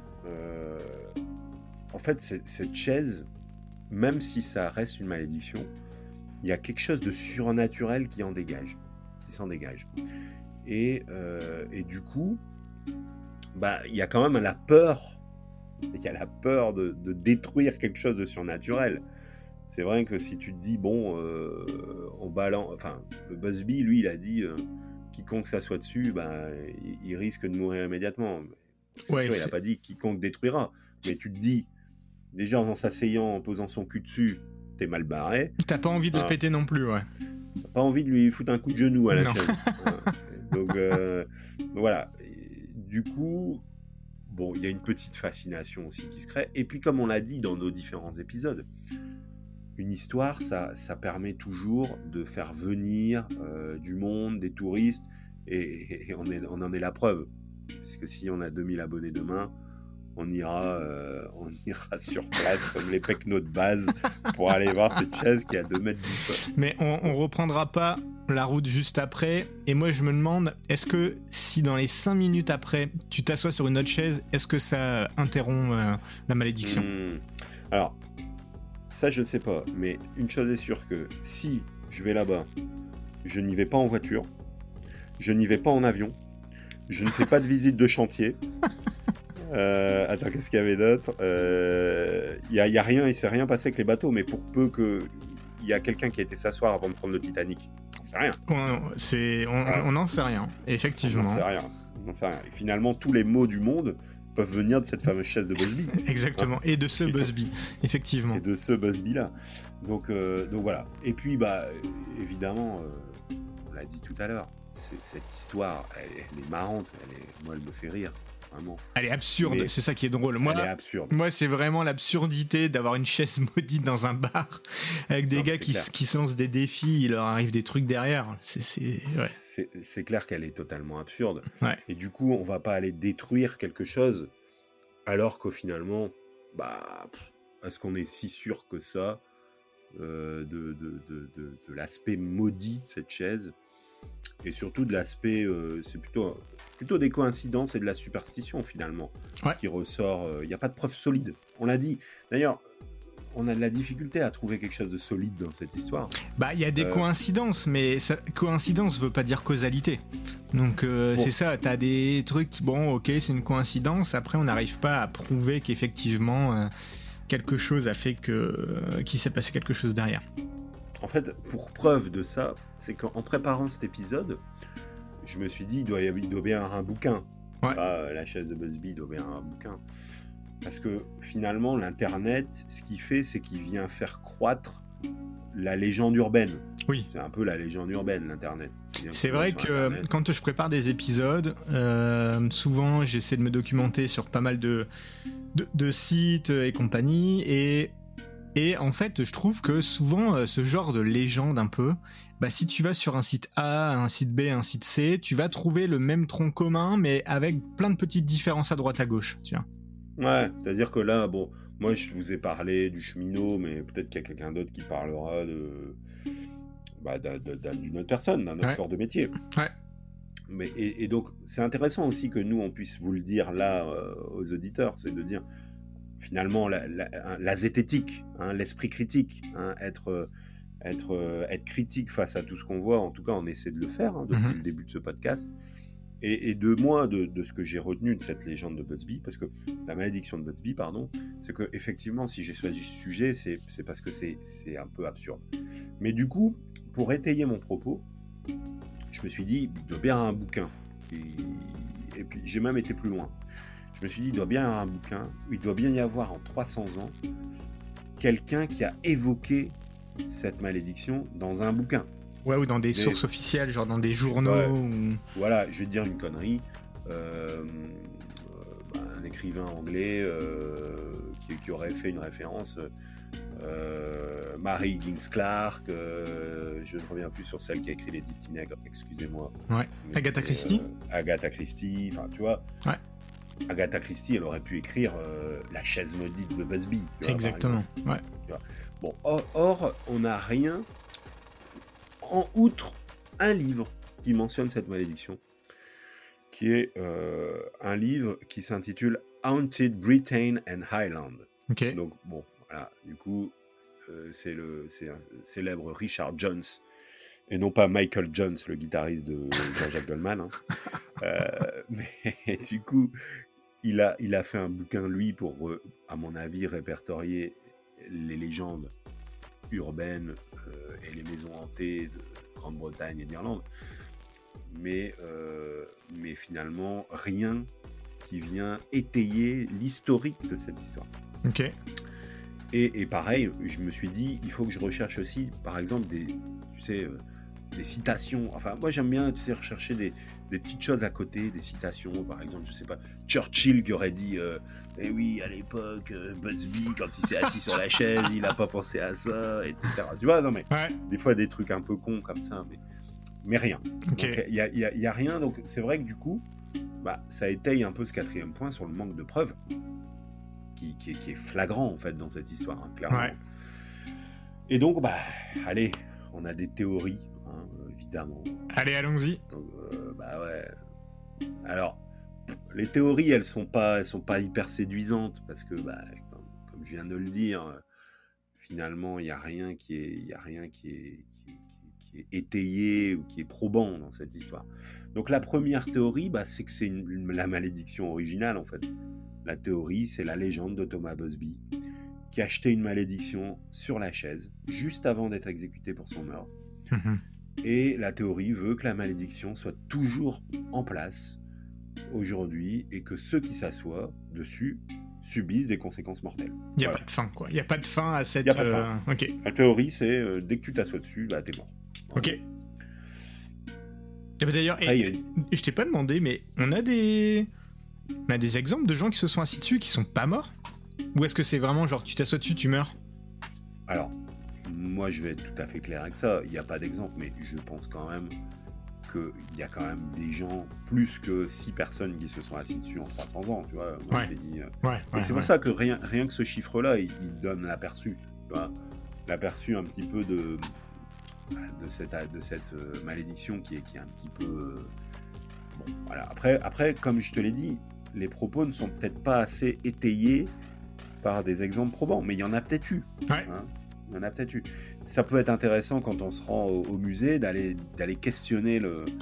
En fait, cette chaise, même si ça reste une malédiction, il y a quelque chose de surnaturel qui s'en dégage. Et du coup, il y a quand même la peur. Il y a la peur de détruire quelque chose de surnaturel. C'est vrai que si tu te dis, on balance... Enfin, le Busby, lui, il a dit, quiconque s'assoit dessus, il risque de mourir immédiatement. C'est sûr, il n'a pas dit quiconque détruira. Mais tu te dis, déjà en s'asseyant, en posant son cul dessus, t'es mal barré. T'as pas envie de le péter non plus, ouais. T'as pas envie de lui foutre un coup de genou à la chaise. Donc, voilà. Et, du coup... il y a une petite fascination aussi qui se crée. Et puis, comme on l'a dit dans nos différents épisodes, une histoire, ça permet toujours de faire venir du monde, des touristes, et on en est la preuve. Puisque si on a 2000 abonnés demain, on ira sur place comme les pecnos de base pour aller voir cette chaise qui est à 2 mètres du sol. Mais on reprendra pas la route juste après, et moi je me demande, est-ce que si dans les 5 minutes après tu t'assois sur une autre chaise, est-ce que ça interrompt la malédiction? Alors, ça je sais pas, mais une chose est sûre, que si je vais là-bas, je n'y vais pas en voiture, je n'y vais pas en avion, je ne fais pas de visite de chantier. Attends, qu'est-ce qu'il y avait d'autre? Y a rien, il s'est rien passé avec les bateaux, mais pour peu qu'il y a quelqu'un qui a été s'asseoir avant de prendre le Titanic, on sait rien. On n'en sait rien, effectivement. On n'en sait rien. Et finalement, tous les maux du monde peuvent venir de cette fameuse chaise de Busby. Exactement, et de ce Busby, effectivement. Et de ce Busby-là. Donc voilà. Et puis, évidemment, on l'a dit tout à l'heure, cette histoire, elle est marrante, moi, elle me fait rire. Vraiment. Elle est absurde, c'est ça qui est drôle. Elle est absurde. Moi, c'est vraiment l'absurdité d'avoir une chaise maudite dans un bar avec des gars qui se lancent des défis, il leur arrive des trucs derrière. C'est clair qu'elle est totalement absurde. Ouais. Et du coup, on va pas aller détruire quelque chose alors qu'au finalement, est-ce qu'on est si sûr que ça de l'aspect maudit de cette chaise, et surtout de l'aspect, c'est plutôt des coïncidences et de la superstition finalement qui ressort. Il n'y a pas de preuve solide, on l'a dit. D'ailleurs, on a de la difficulté à trouver quelque chose de solide dans cette histoire. Il y a des coïncidences, mais coïncidence veut pas dire causalité. Donc c'est ça, t'as des trucs, c'est une coïncidence, après on n'arrive pas à prouver qu'effectivement quelque chose a fait qu'il s'est passé quelque chose derrière. En fait, pour preuve de ça, c'est qu'en préparant cet épisode, je me suis dit, il doit bien y avoir un bouquin. Ouais. La chaise de Busby, il doit bien y avoir un bouquin. Parce que finalement, l'Internet, ce qu'il fait, c'est qu'il vient faire croître la légende urbaine. Oui. C'est un peu la légende urbaine, l'Internet. C'est vrai que quand je prépare des épisodes, souvent j'essaie de me documenter sur pas mal de sites et compagnie, et en fait, je trouve que souvent, ce genre de légende un peu, si tu vas sur un site A, un site B, un site C, tu vas trouver le même tronc commun, mais avec plein de petites différences à droite à gauche, tu vois. Ouais, c'est-à-dire que là, moi je vous ai parlé du cheminot, mais peut-être qu'il y a quelqu'un d'autre qui parlera d'une autre personne, d'un autre corps de métier. Ouais. Mais, et donc, c'est intéressant aussi que nous, on puisse vous le dire là aux auditeurs, c'est de dire... Finalement, la zététique, l'esprit critique, être critique face à tout ce qu'on voit, en tout cas on essaie de le faire depuis le début de ce podcast, et de moi, de ce que j'ai retenu de cette légende de Busby, parce que la malédiction de Busby, c'est que effectivement, si j'ai choisi ce sujet, c'est parce que c'est un peu absurde. Mais du coup, pour étayer mon propos, je me suis dit, il doit bien y avoir un bouquin, et puis j'ai même été plus loin. Je me suis dit, il doit bien y avoir un bouquin, il doit bien y avoir en 300 ans quelqu'un qui a évoqué cette malédiction dans un bouquin. Ouais, ou dans des sources officielles, genre dans des journaux. Ouais. Ou... Voilà, je vais te dire une connerie. Un écrivain anglais qui aurait fait une référence, Mary Higgins Clark, je ne reviens plus sur celle qui a écrit Les 10 petits nègres, excusez-moi. Ouais. Agatha Christie. Agatha Christie, enfin tu vois. Ouais. Agatha Christie, elle aurait pu écrire La chaise maudite de Busby. Tu vois, exactement, ouais. Tu vois. Bon, or, on n'a rien en outre un livre qui mentionne cette malédiction, qui est un livre qui s'intitule Haunted Britain and Highland. Ok. Donc bon, voilà, du coup, c'est un célèbre Richard Jones, et non pas Michael Jones, le guitariste de Jean-Jacques Goldman. Mais du coup, il a fait un bouquin, lui, pour, à mon avis, répertorier les légendes urbaines et les maisons hantées de Grande-Bretagne et d'Irlande. Mais finalement, rien qui vient étayer l'historique de cette histoire. Ok. Et pareil, je me suis dit, il faut que je recherche aussi, par exemple, des citations. Enfin, moi, j'aime bien, rechercher des petites choses à côté, des citations. Par exemple, je sais pas, Churchill qui aurait dit eh oui, à l'époque, Busby, quand il s'est assis sur la chaise, il n'a pas pensé à ça, etc. Tu vois, non mais, ouais. Des fois, des trucs un peu cons comme ça, mais rien. Okay. Il y a rien, donc c'est vrai que du coup, ça étaye un peu ce 4e point sur le manque de preuves, qui est flagrant, en fait, dans cette histoire, hein, clairement. Ouais. Et donc, allez, on a des théories, hein, évidemment. Allez, allons-y. Donc, ouais. Alors, les théories, elles sont pas hyper séduisantes, parce que, comme je viens de le dire, finalement, il y a rien qui est étayé ou qui est probant dans cette histoire. Donc la première théorie, c'est que c'est la malédiction originale, en fait. La théorie, c'est la légende de Thomas Busby, qui a jeté une malédiction sur la chaise juste avant d'être exécuté pour son meurtre. Et la théorie veut que la malédiction soit toujours en place aujourd'hui et que ceux qui s'assoient dessus subissent des conséquences mortelles. Il n'y a pas de fin, quoi. Il n'y a pas de fin à cette... Il n'y a pas de fin. Ok. La théorie, c'est dès que tu t'assois dessus, t'es mort. Ok. Et d'ailleurs, je t'ai pas demandé, mais on a des exemples de gens qui se sont assis dessus qui sont pas morts ? Ou est-ce que c'est vraiment genre tu t'assois dessus, tu meurs ? Alors, moi je vais être tout à fait clair avec ça, il n'y a pas d'exemple, mais je pense quand même qu'il y a quand même des gens, plus que 6 personnes qui se sont assis dessus en 300 ans, tu vois. Moi, ouais. Je t'ai dit, ouais, c'est pour ça que rien que ce chiffre-là, il donne l'aperçu, tu vois, l'aperçu un petit peu de cette malédiction qui est un petit peu... bon, voilà. Après, comme je te l'ai dit, les propos ne sont peut-être pas assez étayés par des exemples probants, mais il y en a peut-être eu. Ouais. Hein, il y en a peut-être eu. Ça peut être intéressant quand on se rend au musée d'aller questionner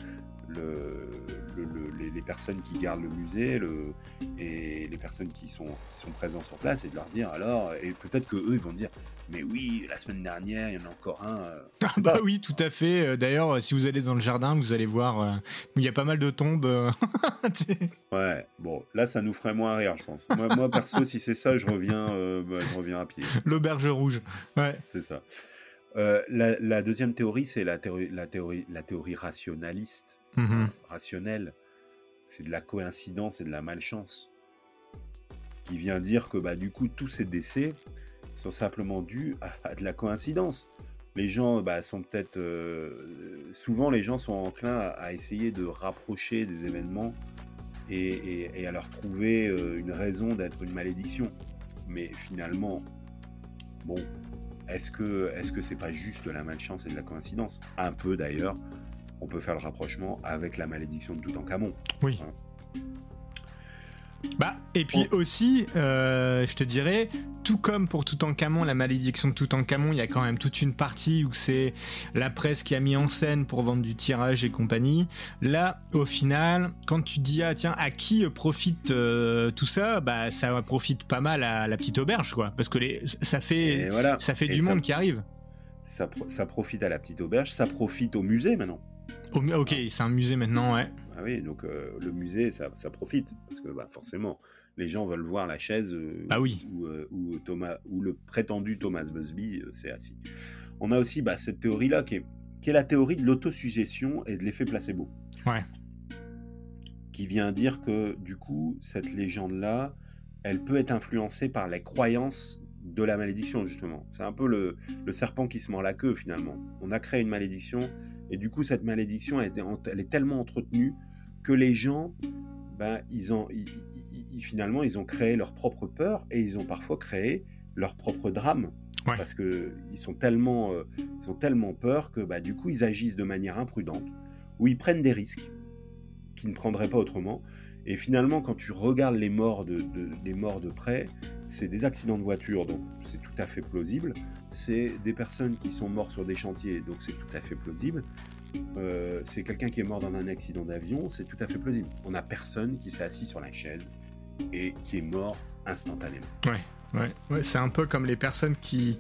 les personnes qui gardent le musée et les personnes qui sont présentes sur place et de leur dire alors, et peut-être qu'eux ils vont dire mais oui, la semaine dernière il y en a encore un. Oui, tout à fait. D'ailleurs, si vous allez dans le jardin, vous allez voir, il y a pas mal de tombes. Ouais, bon, là ça nous ferait moins rire, je pense. Moi perso, si c'est ça, je reviens à pied. L'auberge rouge. Ouais. C'est ça. La deuxième théorie, c'est la théorie rationaliste. Rationnelle. C'est de la coïncidence et de la malchance. Qui vient dire que du coup, tous ces décès sont simplement dus à de la coïncidence. Les gens sont peut-être... souvent, les gens sont enclins à essayer de rapprocher des événements et à leur trouver une raison d'être une malédiction. Mais finalement, bon... Est-ce que c'est pas juste de la malchance et de la coïncidence ? Un peu d'ailleurs, on peut faire le rapprochement avec la malédiction de Toutankhamon. Oui. Hein. Et puis aussi, je te dirais, tout comme pour Toutankhamon, la malédiction de Toutankhamon, il y a quand même toute une partie où c'est la presse qui a mis en scène pour vendre du tirage et compagnie. Là, au final, quand tu dis à qui profite tout ça, ça profite pas mal à la petite auberge, quoi, parce que ça fait du monde qui arrive. Ça profite à la petite auberge, ça profite au musée maintenant. Ok, c'est un musée maintenant, ouais. Ah oui, donc le musée, ça profite, parce que forcément, les gens veulent voir la chaise oui. où le prétendu Thomas Busby s'est assis. On a aussi cette théorie-là qui est la théorie de l'autosuggestion et de l'effet placebo. Ouais. Qui vient dire que, du coup, cette légende-là, elle peut être influencée par les croyances de la malédiction, justement. C'est un peu le serpent qui se mord la queue, finalement. On a créé une malédiction, et du coup, cette malédiction, elle est tellement entretenue que les gens, finalement, ils ont créé leur propre peur, et ils ont parfois créé leur propre drame. Ouais. Parce qu'ils sont tellement peur que, du coup, ils agissent de manière imprudente, ou ils prennent des risques qu'ils ne prendraient pas autrement. Et finalement, quand tu regardes les morts de près, c'est des accidents de voiture, donc c'est tout à fait plausible. C'est des personnes qui sont mortes sur des chantiers, donc c'est tout à fait plausible. C'est quelqu'un qui est mort dans un accident d'avion, c'est tout à fait plausible. On n'a personne qui s'est assis sur la chaise et qui est mort instantanément. Ouais, c'est un peu comme les personnes qui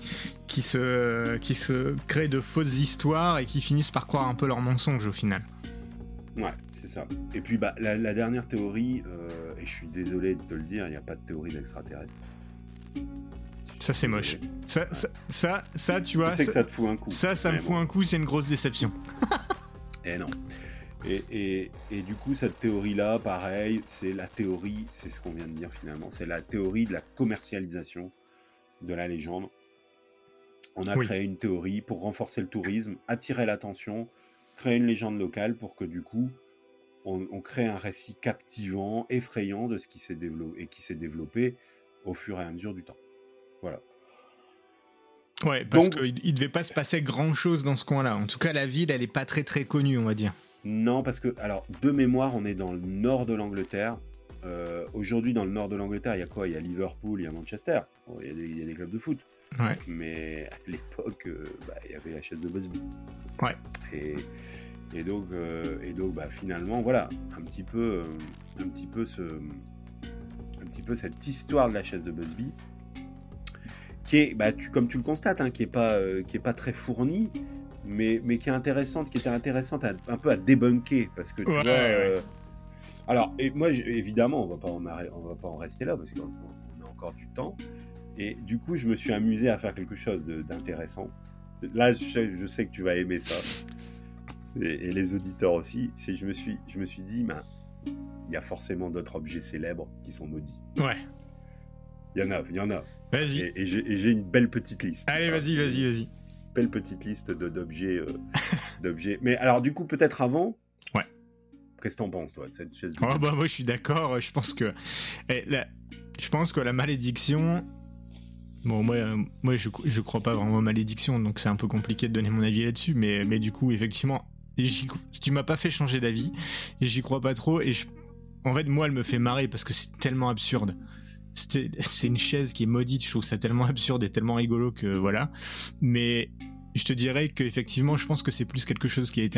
se créent de fausses histoires et qui finissent par croire un peu leurs mensonges au final. Ouais, c'est ça. Et puis la dernière théorie, et je suis désolé de te le dire, il n'y a pas de théorie d'extraterrestre. Ça c'est moche. Ça tu vois. Je sais que ça te fout un coup. Ça me fout un coup, c'est une grosse déception. Et non. Et du coup, cette théorie-là, pareil, c'est ce qu'on vient de dire finalement, c'est la théorie de la commercialisation de la légende. On a créé une théorie pour renforcer le tourisme, attirer l'attention, créer une légende locale pour que du coup, on crée un récit captivant, effrayant de ce qui s'est développé et qui s'est développé au fur et à mesure du temps. Voilà. Ouais, parce qu'il devait pas se passer grand-chose dans ce coin-là. En tout cas, la ville, elle est pas très très connue, on va dire. Non, parce que, alors, de mémoire, on est dans le nord de l'Angleterre. Aujourd'hui, dans le nord de l'Angleterre, il y a quoi ? Il y a Liverpool, il y a Manchester. Bon, il y a des clubs de foot. Ouais. Mais à l'époque, il y avait la chaise de Busby. Ouais. Et donc, finalement, voilà, un petit peu cette histoire de la chaise de Busby, qui est, comme tu le constates, qui est pas très fournie, mais qui est intéressante, qui était intéressante un peu à débunker, parce que tu vois. Alors, et moi, évidemment, on va pas en rester là, parce qu'on a encore du temps. Et du coup, je me suis amusé à faire quelque chose d'intéressant. Là, je sais que tu vas aimer ça. Et les auditeurs aussi. Je me suis dit, il y a forcément d'autres objets célèbres qui sont maudits. Ouais. Il y en a. Vas-y. Et j'ai une belle petite liste. Allez, vas-y. Belle petite liste d'objets. Mais alors, du coup, peut-être avant. Ouais. Qu'est-ce que t'en penses, toi, de cette chaise? Moi, je suis d'accord. Je pense que la malédiction. Bon, moi, je crois pas vraiment aux malédictions, donc c'est un peu compliqué de donner mon avis là-dessus. Mais du coup, effectivement, tu m'as pas fait changer d'avis. Et j'y crois pas trop. Et en fait, moi, elle me fait marrer parce que c'est tellement absurde. C'est une chaise qui est maudite. Je trouve ça tellement absurde et tellement rigolo que voilà. Mais je te dirais qu'effectivement, je pense que c'est plus quelque chose qui a été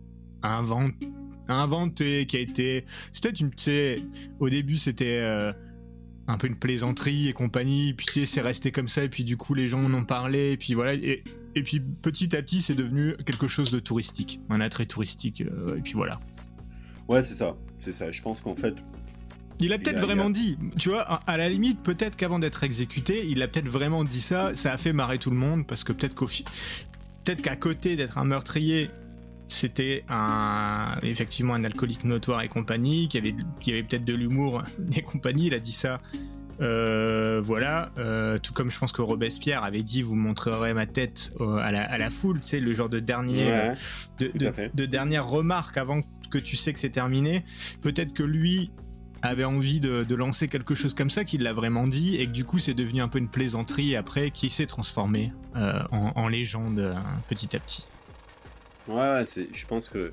inventé, qui a été. C'était au début, c'était. Un peu une plaisanterie et compagnie, puis c'est resté comme ça, et puis du coup les gens en ont parlé, et puis voilà, et puis petit à petit c'est devenu quelque chose de touristique, un attrait touristique, et puis voilà. Ouais, c'est ça, je pense qu'en fait... Il a peut-être vraiment dit, tu vois, à la limite, peut-être qu'avant d'être exécuté, il a peut-être vraiment dit ça a fait marrer tout le monde, parce que peut-être qu'à côté d'être un meurtrier, c'était effectivement un alcoolique notoire et compagnie, qui avait peut-être de l'humour et compagnie. Il a dit ça, voilà. Tout comme je pense que Robespierre avait dit, vous montrerez ma tête à la foule, tu sais, le genre de dernière remarque avant que tu sais que c'est terminé. Peut-être que lui avait envie de lancer quelque chose comme ça, qu'il l'a vraiment dit, et que du coup c'est devenu un peu une plaisanterie après, qui s'est transformé en légende petit à petit. Ouais, je pense qu'il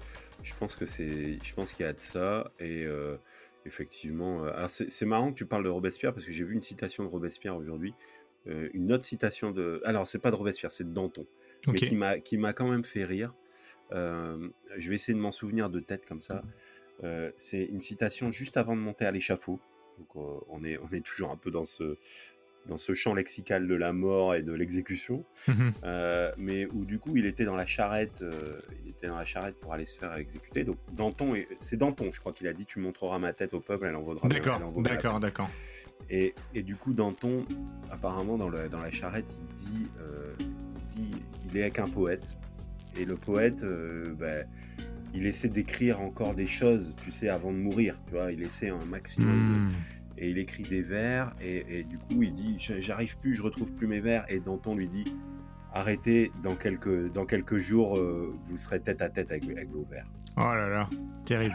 y a de ça, et effectivement, alors c'est marrant que tu parles de Robespierre, parce que j'ai vu une citation de Robespierre aujourd'hui, une autre citation alors c'est pas de Robespierre, c'est de Danton, okay. Mais qui m'a quand même fait rire. Je vais essayer de m'en souvenir de tête comme ça. C'est une citation juste avant de monter à l'échafaud, donc on est toujours un peu dans ce champ lexical de la mort et de l'exécution, mais où du coup il était dans la charrette pour aller se faire exécuter. Donc c'est Danton, je crois qu'il a dit, tu montreras ma tête au peuple, elle en vaudra. D'accord. Et du coup, Danton, apparemment, dans la charrette, il est avec un poète. Et le poète, il essaie d'écrire encore des choses, tu sais, avant de mourir. Tu vois, il essaie un maximum. Et il écrit des vers. Et du coup, il dit, j'arrive plus, je retrouve plus mes vers. Et Danton lui dit, arrêtez, dans quelques jours, vous serez tête à tête avec vos vers. Oh là là, terrible.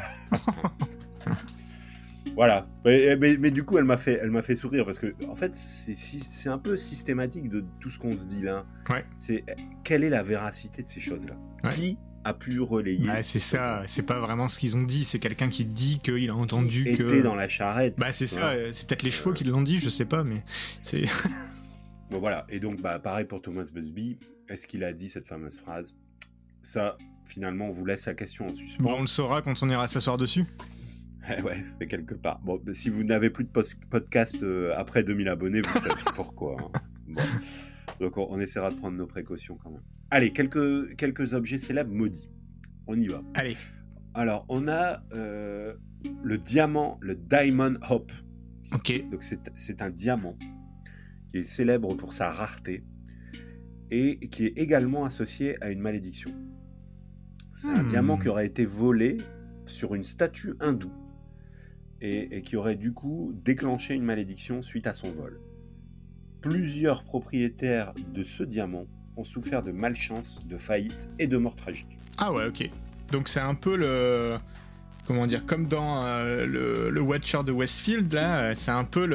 Voilà, mais du coup elle m'a fait sourire parce que en fait c'est un peu systématique de tout ce qu'on se dit là. Ouais. C'est quelle est la véracité de ces choses-là. Ouais. Qui a pu relayer? Bah, c'est ça, c'est pas vraiment ce qu'ils ont dit, c'est quelqu'un qui dit qu'il a entendu qui était dans la charrette. Bah c'est ça, c'est peut-être les chevaux qui l'ont dit, je sais pas, mais c'est. Bon voilà, et donc pareil pour Thomas Busby, est-ce qu'il a dit cette fameuse phrase? Ça, finalement, on vous laisse la question en suspens. Bon, on le saura quand on ira s'asseoir dessus. Ouais, mais quelque part. Bon, si vous n'avez plus de podcast après 2000 abonnés, vous savez pourquoi. Hein. Bon. Donc on essaiera de prendre nos précautions quand même. Allez, quelques objets célèbres maudits. On y va. Allez. Alors, on a le diamant, le Diamond Hope. Ok. Donc c'est un diamant qui est célèbre pour sa rareté et qui est également associé à une malédiction. C'est un diamant qui aurait été volé sur une statue hindoue et qui aurait du coup déclenché une malédiction suite à son vol. Plusieurs propriétaires de ce diamant ont souffert de malchance, de faillite et de mort tragique. Ah ouais, ok. Donc c'est un peu le... Comment dire, comme dans le Watcher de Westfield, là, c'est un peu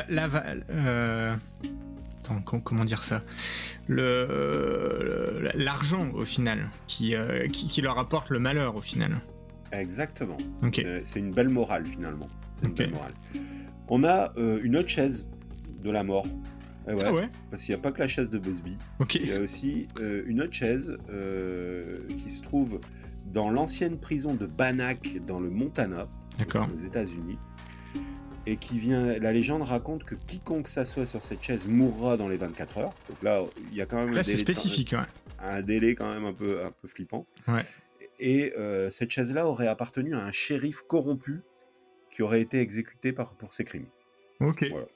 Attends, comment dire ça, l'argent au final qui leur apporte le malheur au final. Exactement. Okay. C'est une belle morale finalement. C'est une belle morale. On a une autre chaise de la mort. Ouais, ah ouais. Parce qu'il n'y a pas que la chaise de Busby. Okay. Il y a aussi une autre chaise qui se trouve dans l'ancienne prison de Bannack dans le Montana, aux États-Unis. Et qui vient, la légende raconte que quiconque s'assoit sur cette chaise mourra dans les 24 heures. Donc là, il y a quand même c'est spécifique, un délai quand même un peu flippant. Ouais. Et cette chaise-là aurait appartenu à un shérif corrompu qui aurait été exécuté pour ses crimes. Ok. Voilà.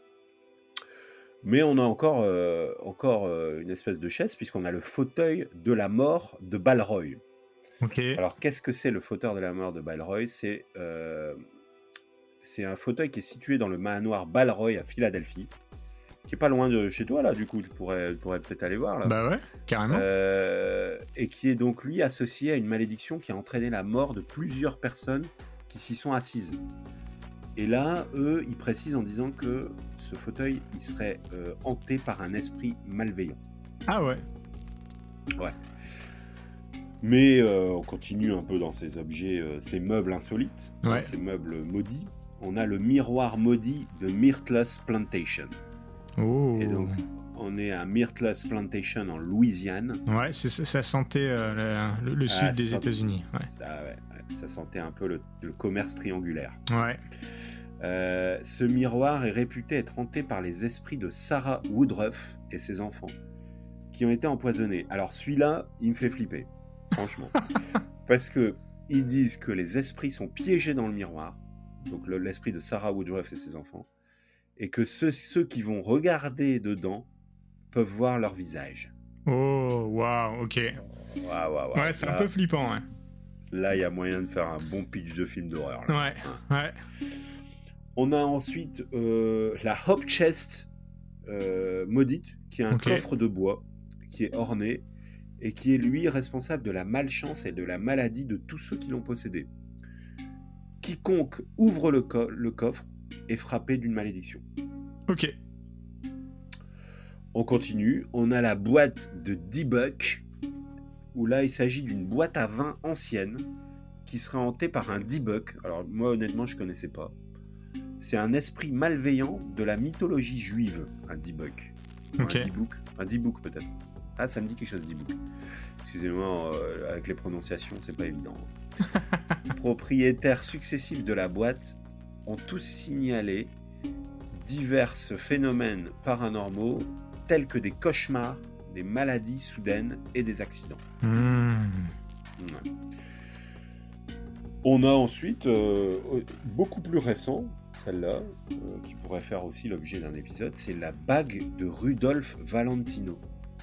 Mais on a encore une espèce de chaise puisqu'on a le fauteuil de la mort de Balroy. Ok. Alors qu'est-ce que c'est le fauteuil de la mort de Balroy ? C'est un fauteuil qui est situé dans le manoir Balroy à Philadelphie, qui est pas loin de chez toi là, du coup tu pourrais peut-être aller voir là. Bah ouais, carrément. Et qui est donc lui associé à une malédiction qui a entraîné la mort de plusieurs personnes qui s'y sont assises. Et là, eux, ils précisent en disant que ce fauteuil, il serait hanté par un esprit malveillant. Ah ouais. Ouais. Mais on continue un peu dans ces objets, ces meubles insolites, ces meubles maudits. On a le miroir maudit de Myrtless Plantation. Oh. Et donc, on est à Myrtless Plantation en Louisiane. Ouais, ça sentait le sud des États-Unis. Ouais. Ça sentait un peu le commerce triangulaire. Ouais. Ce miroir est réputé être hanté par les esprits de Sarah Woodruff et ses enfants, qui ont été empoisonnés. Alors celui-là, il me fait flipper, franchement. Parce que ils disent que les esprits sont piégés dans le miroir, donc l'esprit de Sarah Woodruff et ses enfants, et que ceux qui vont regarder dedans peuvent voir leur visage. Oh, waouh, ok. Wow. Ouais, c'est un peu flippant, ouais. Là, il y a moyen de faire un bon pitch de film d'horreur. Là. Ouais. On a ensuite la Hope Chest maudite, qui est un coffre de bois, qui est orné, et qui est lui responsable de la malchance et de la maladie de tous ceux qui l'ont possédé. Quiconque ouvre le coffre est frappé d'une malédiction. Ok. On continue, on a la boîte de D-Buck, où là il s'agit d'une boîte à vin ancienne, qui serait hantée par un D-Buck. Alors moi honnêtement je connaissais pas. C'est un esprit malveillant de la mythologie juive, un D-Buck. Okay. Un D-Book peut-être. Ah, ça me dit quelque chose, D-Book. Excusez-moi, avec les prononciations, c'est pas évident. Les propriétaires successifs de la boîte ont tous signalé divers phénomènes paranormaux, tels que des cauchemars, des maladies soudaines et des accidents. Ouais. On a ensuite, beaucoup plus récent, celle-là, qui pourrait faire aussi l'objet d'un épisode, c'est la bague de Rudolph Valentino.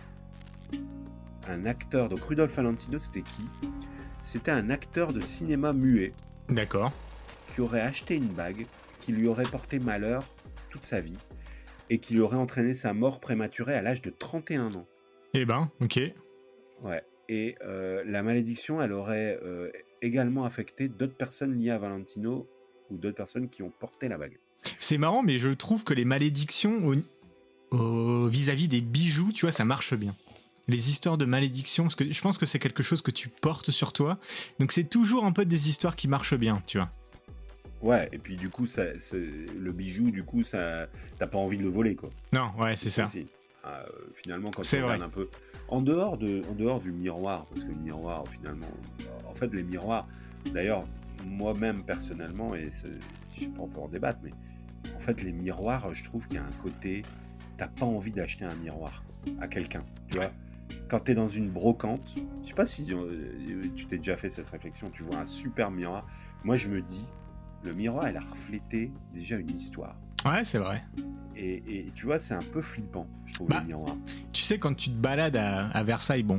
Un acteur, donc Rudolph Valentino, c'était qui ? C'était un acteur de cinéma muet. D'accord. Qui aurait acheté une bague qui lui aurait porté malheur toute sa vie et qui lui aurait entraîné sa mort prématurée à l'âge de 31 ans. Eh ben, ok. Ouais. Et la malédiction, elle aurait également affecté d'autres personnes liées à Valentino ou d'autres personnes qui ont porté la bague. C'est marrant, mais je trouve que les malédictions vis-à-vis des bijoux, tu vois, ça marche bien. Les histoires de malédiction, parce que je pense que c'est quelque chose que tu portes sur toi, donc c'est toujours un peu des histoires qui marchent bien, tu vois. Ouais, et puis du coup, le bijou, du coup, t'as pas envie de le voler, quoi. Non, ouais, c'est ça. Finalement, quand tu regardes un peu en dehors du miroir, parce que le miroir, finalement, en fait, les miroirs, d'ailleurs, moi-même personnellement, et je sais pas, on peut en débattre, mais en fait, les miroirs, je trouve qu'il y a un côté, t'as pas envie d'acheter un miroir, quoi, à quelqu'un, tu vois. Quand t'es dans une brocante, je sais pas si tu t'es déjà fait cette réflexion, tu vois un super miroir, moi je me dis, le miroir, elle a reflété déjà une histoire. Ouais, c'est vrai. Et tu vois, c'est un peu flippant, je trouve, le miroir. Tu sais, quand tu te balades à Versailles, bon,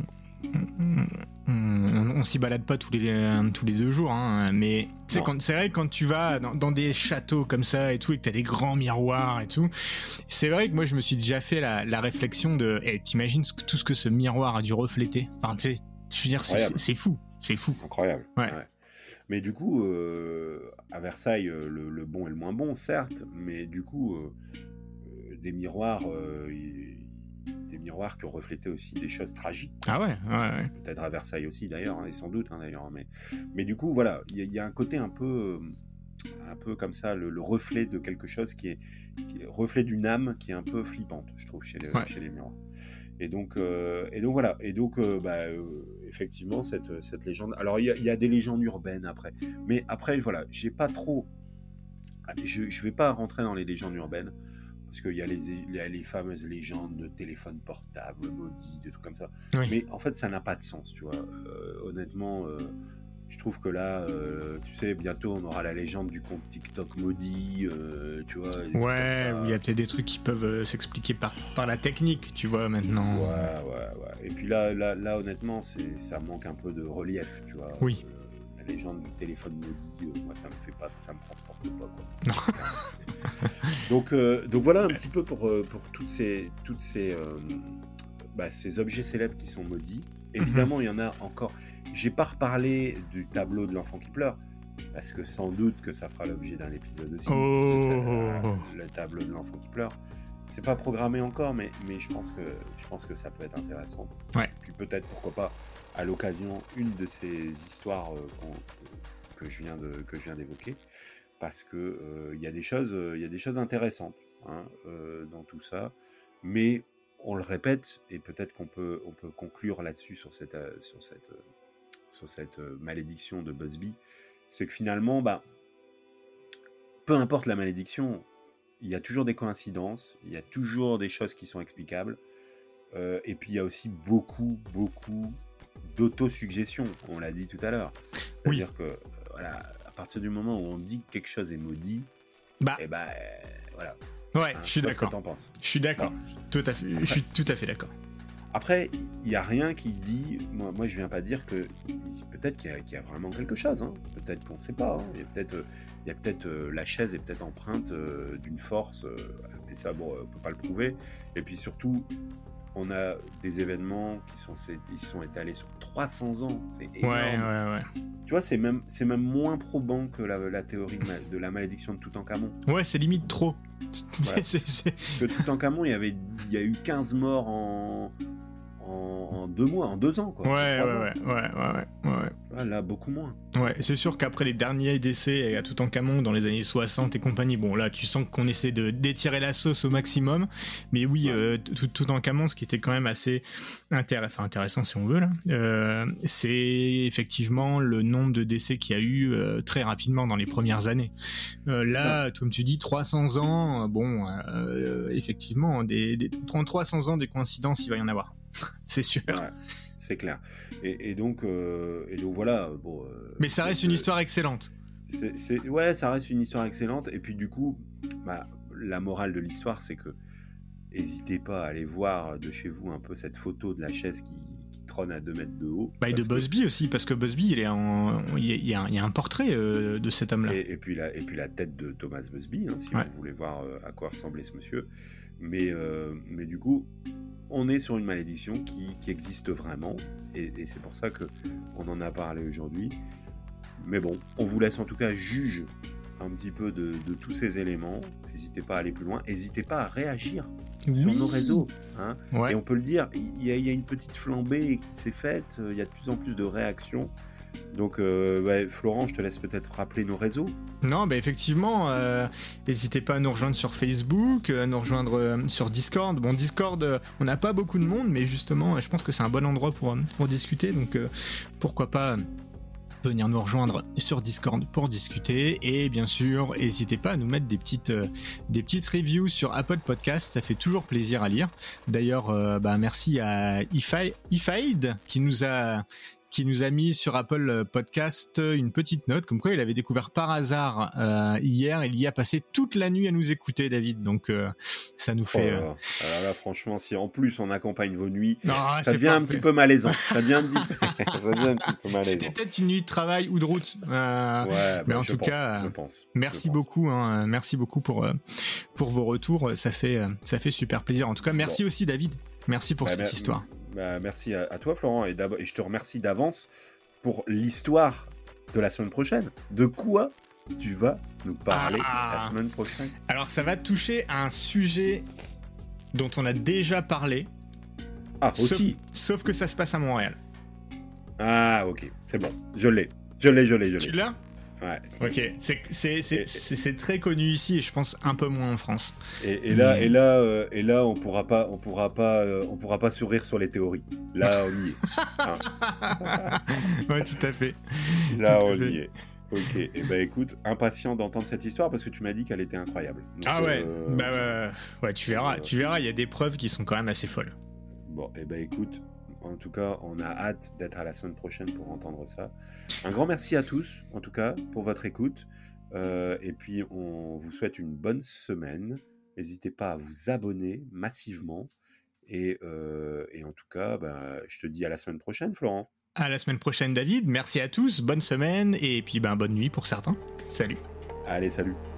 on s'y balade pas tous les 2 jours, hein, mais c'est vrai que quand tu vas dans des châteaux comme ça et tout, et que t'as des grands miroirs et tout, c'est vrai que moi, je me suis déjà fait la réflexion de, t'imagines tout ce que ce miroir a dû refléter. Enfin, tu sais, je veux dire, c'est fou. C'est fou. Incroyable. Ouais. Mais du coup, à Versailles, le bon et le moins bon, certes, mais du coup, des miroirs qui ont reflété aussi des choses tragiques. Ah ouais. Peut-être à Versailles aussi, d'ailleurs, et sans doute, d'ailleurs. Mais du coup, voilà, il y a un côté un peu comme ça, le reflet de quelque chose qui est reflet d'une âme qui est un peu flippante, je trouve, chez les miroirs. Et donc voilà. Et donc, effectivement, cette légende. Alors, il y a des légendes urbaines après. Mais après, voilà, j'ai pas trop. Je vais pas rentrer dans les légendes urbaines parce qu'il y a les fameuses légendes de téléphone portable maudit, des trucs comme ça. Oui. Mais en fait, ça n'a pas de sens, tu vois. Honnêtement, je trouve que là, tu sais, bientôt on aura la légende du compte TikTok maudit, tu vois. Ouais, où il y a peut-être des trucs qui peuvent s'expliquer par la technique, tu vois, maintenant. Ouais. Et puis là honnêtement, ça manque un peu de relief, tu vois. Oui. La légende du téléphone maudit, moi, ça me transporte pas, quoi. donc voilà un petit peu pour toutes ces objets célèbres qui sont maudits. Évidemment, il y en a encore. J'ai pas reparlé du tableau de l'enfant qui pleure, parce que sans doute que ça fera l'objet d'un épisode aussi. Le tableau de l'enfant qui pleure. C'est pas programmé encore, mais je pense que ça peut être intéressant. Ouais. Puis peut-être, pourquoi pas, à l'occasion, une de ces histoires que je viens d'évoquer, parce que il y a des choses intéressantes, hein, dans tout ça, mais on le répète, et peut-être qu'on peut conclure là-dessus sur cette malédiction de Busby, c'est que finalement, peu importe la malédiction, il y a toujours des coïncidences, il y a toujours des choses qui sont explicables, et puis il y a aussi beaucoup d'autosuggestion, on l'a dit tout à l'heure. C'est-à-dire que, voilà, à partir du moment où on dit que quelque chose est maudit, voilà. Ouais, je suis d'accord. Qu'est-ce que t'en penses ? Je suis d'accord. Tout à fait. Je suis tout à fait d'accord. Après, il n'y a rien qui dit. Moi, je viens pas dire que peut-être qu'il y a vraiment quelque chose. Hein. Peut-être qu'on ne sait pas. Hein. Il y a peut-être la chaise est peut-être empreinte d'une force. Et ça, bon, on peut pas le prouver. Et puis surtout, on a des événements ils sont étalés sur 300 ans. C'est énorme. Ouais. Tu vois, c'est même moins probant que la théorie de la malédiction de Toutankhamon. Ouais, c'est limite trop. Ouais. Que Toutankhamon, il y a eu 15 morts en 2 mois, en 2 ans, quoi. Ouais. Là, beaucoup moins. Ouais, c'est sûr qu'après les derniers décès à Toutankhamon dans les années 60 et compagnie, bon là, tu sens qu'on essaie d'étirer la sauce au maximum, mais oui, Toutankhamon, ce qui était quand même assez intéressant si on veut là, c'est effectivement le nombre de décès qu'il y a eu très rapidement dans les premières années. Là, comme tu dis, 300 ans, effectivement, en 300 ans, des coïncidences, il va y en avoir. C'est sûr. Ouais, c'est clair. Et donc voilà. Mais ça reste une histoire excellente. Ouais, ça reste une histoire excellente. Et puis du coup, la morale de l'histoire, c'est que n'hésitez pas à aller voir de chez vous un peu cette photo de la chaise qui trône à 2 mètres de haut. Et de Busby aussi, parce que Busby, il y a un portrait de cet homme-là. Et puis la tête de Thomas Busby, si vous voulez voir à quoi ressemblait ce monsieur. Mais du coup, on est sur une malédiction qui existe vraiment. Et c'est pour ça qu'on en a parlé aujourd'hui. Mais bon, on vous laisse en tout cas juge un petit peu de tous ces éléments. N'hésitez pas à aller plus loin. N'hésitez pas à réagir sur nos réseaux. Et on peut le dire, il y a une petite flambée qui s'est faite. Il y a de plus en plus de réactions. Donc, Florent, je te laisse peut-être rappeler nos réseaux. Non, effectivement, n'hésitez pas à nous rejoindre sur Facebook, à nous rejoindre sur Discord. Bon, Discord, on n'a pas beaucoup de monde, mais justement, je pense que c'est un bon endroit pour discuter. Donc, pourquoi pas venir nous rejoindre sur Discord pour discuter. Et bien sûr, n'hésitez pas à nous mettre des petites reviews sur Apple Podcast, ça fait toujours plaisir à lire. D'ailleurs, merci à Ifaid qui nous a mis sur Apple Podcast une petite note, comme quoi il avait découvert par hasard hier. Il y a passé toute la nuit à nous écouter, David. Donc ça nous fait. Alors là, franchement, si en plus on accompagne vos nuits, non, ça devient un petit peu malaisant. Ça devient un petit peu malaisant. C'était peut-être une nuit de travail ou de route. Mais en tout cas, merci beaucoup. Merci beaucoup pour vos retours. Ça fait super plaisir. En tout cas, merci aussi, David. Merci pour cette histoire. Merci à toi, Florent, et je te remercie d'avance pour l'histoire de la semaine prochaine. De quoi tu vas nous parler la semaine prochaine? Alors, ça va toucher à un sujet dont on a déjà parlé. Aussi. Sauf que ça se passe à Montréal. Ok, c'est bon. Je l'ai. Tu l'as? Ouais. Ok, c'est très connu ici et je pense un peu moins en France. Et là, on pourra pas sourire sur les théories. Là, on y est. Ouais, tout à fait. Là, on y est. Ok. Et écoute, impatient d'entendre cette histoire parce que tu m'as dit qu'elle était incroyable. Donc, ouais, tu verras. Il y a des preuves qui sont quand même assez folles. Bon, écoute. En tout cas, on a hâte d'être à la semaine prochaine pour entendre ça. Un grand merci à tous, en tout cas, pour votre écoute. Et puis, on vous souhaite une bonne semaine. N'hésitez pas à vous abonner massivement. Et en tout cas, je te dis à la semaine prochaine, Florent. À la semaine prochaine, David. Merci à tous. Bonne semaine. Et puis, bonne nuit pour certains. Salut. Allez, salut.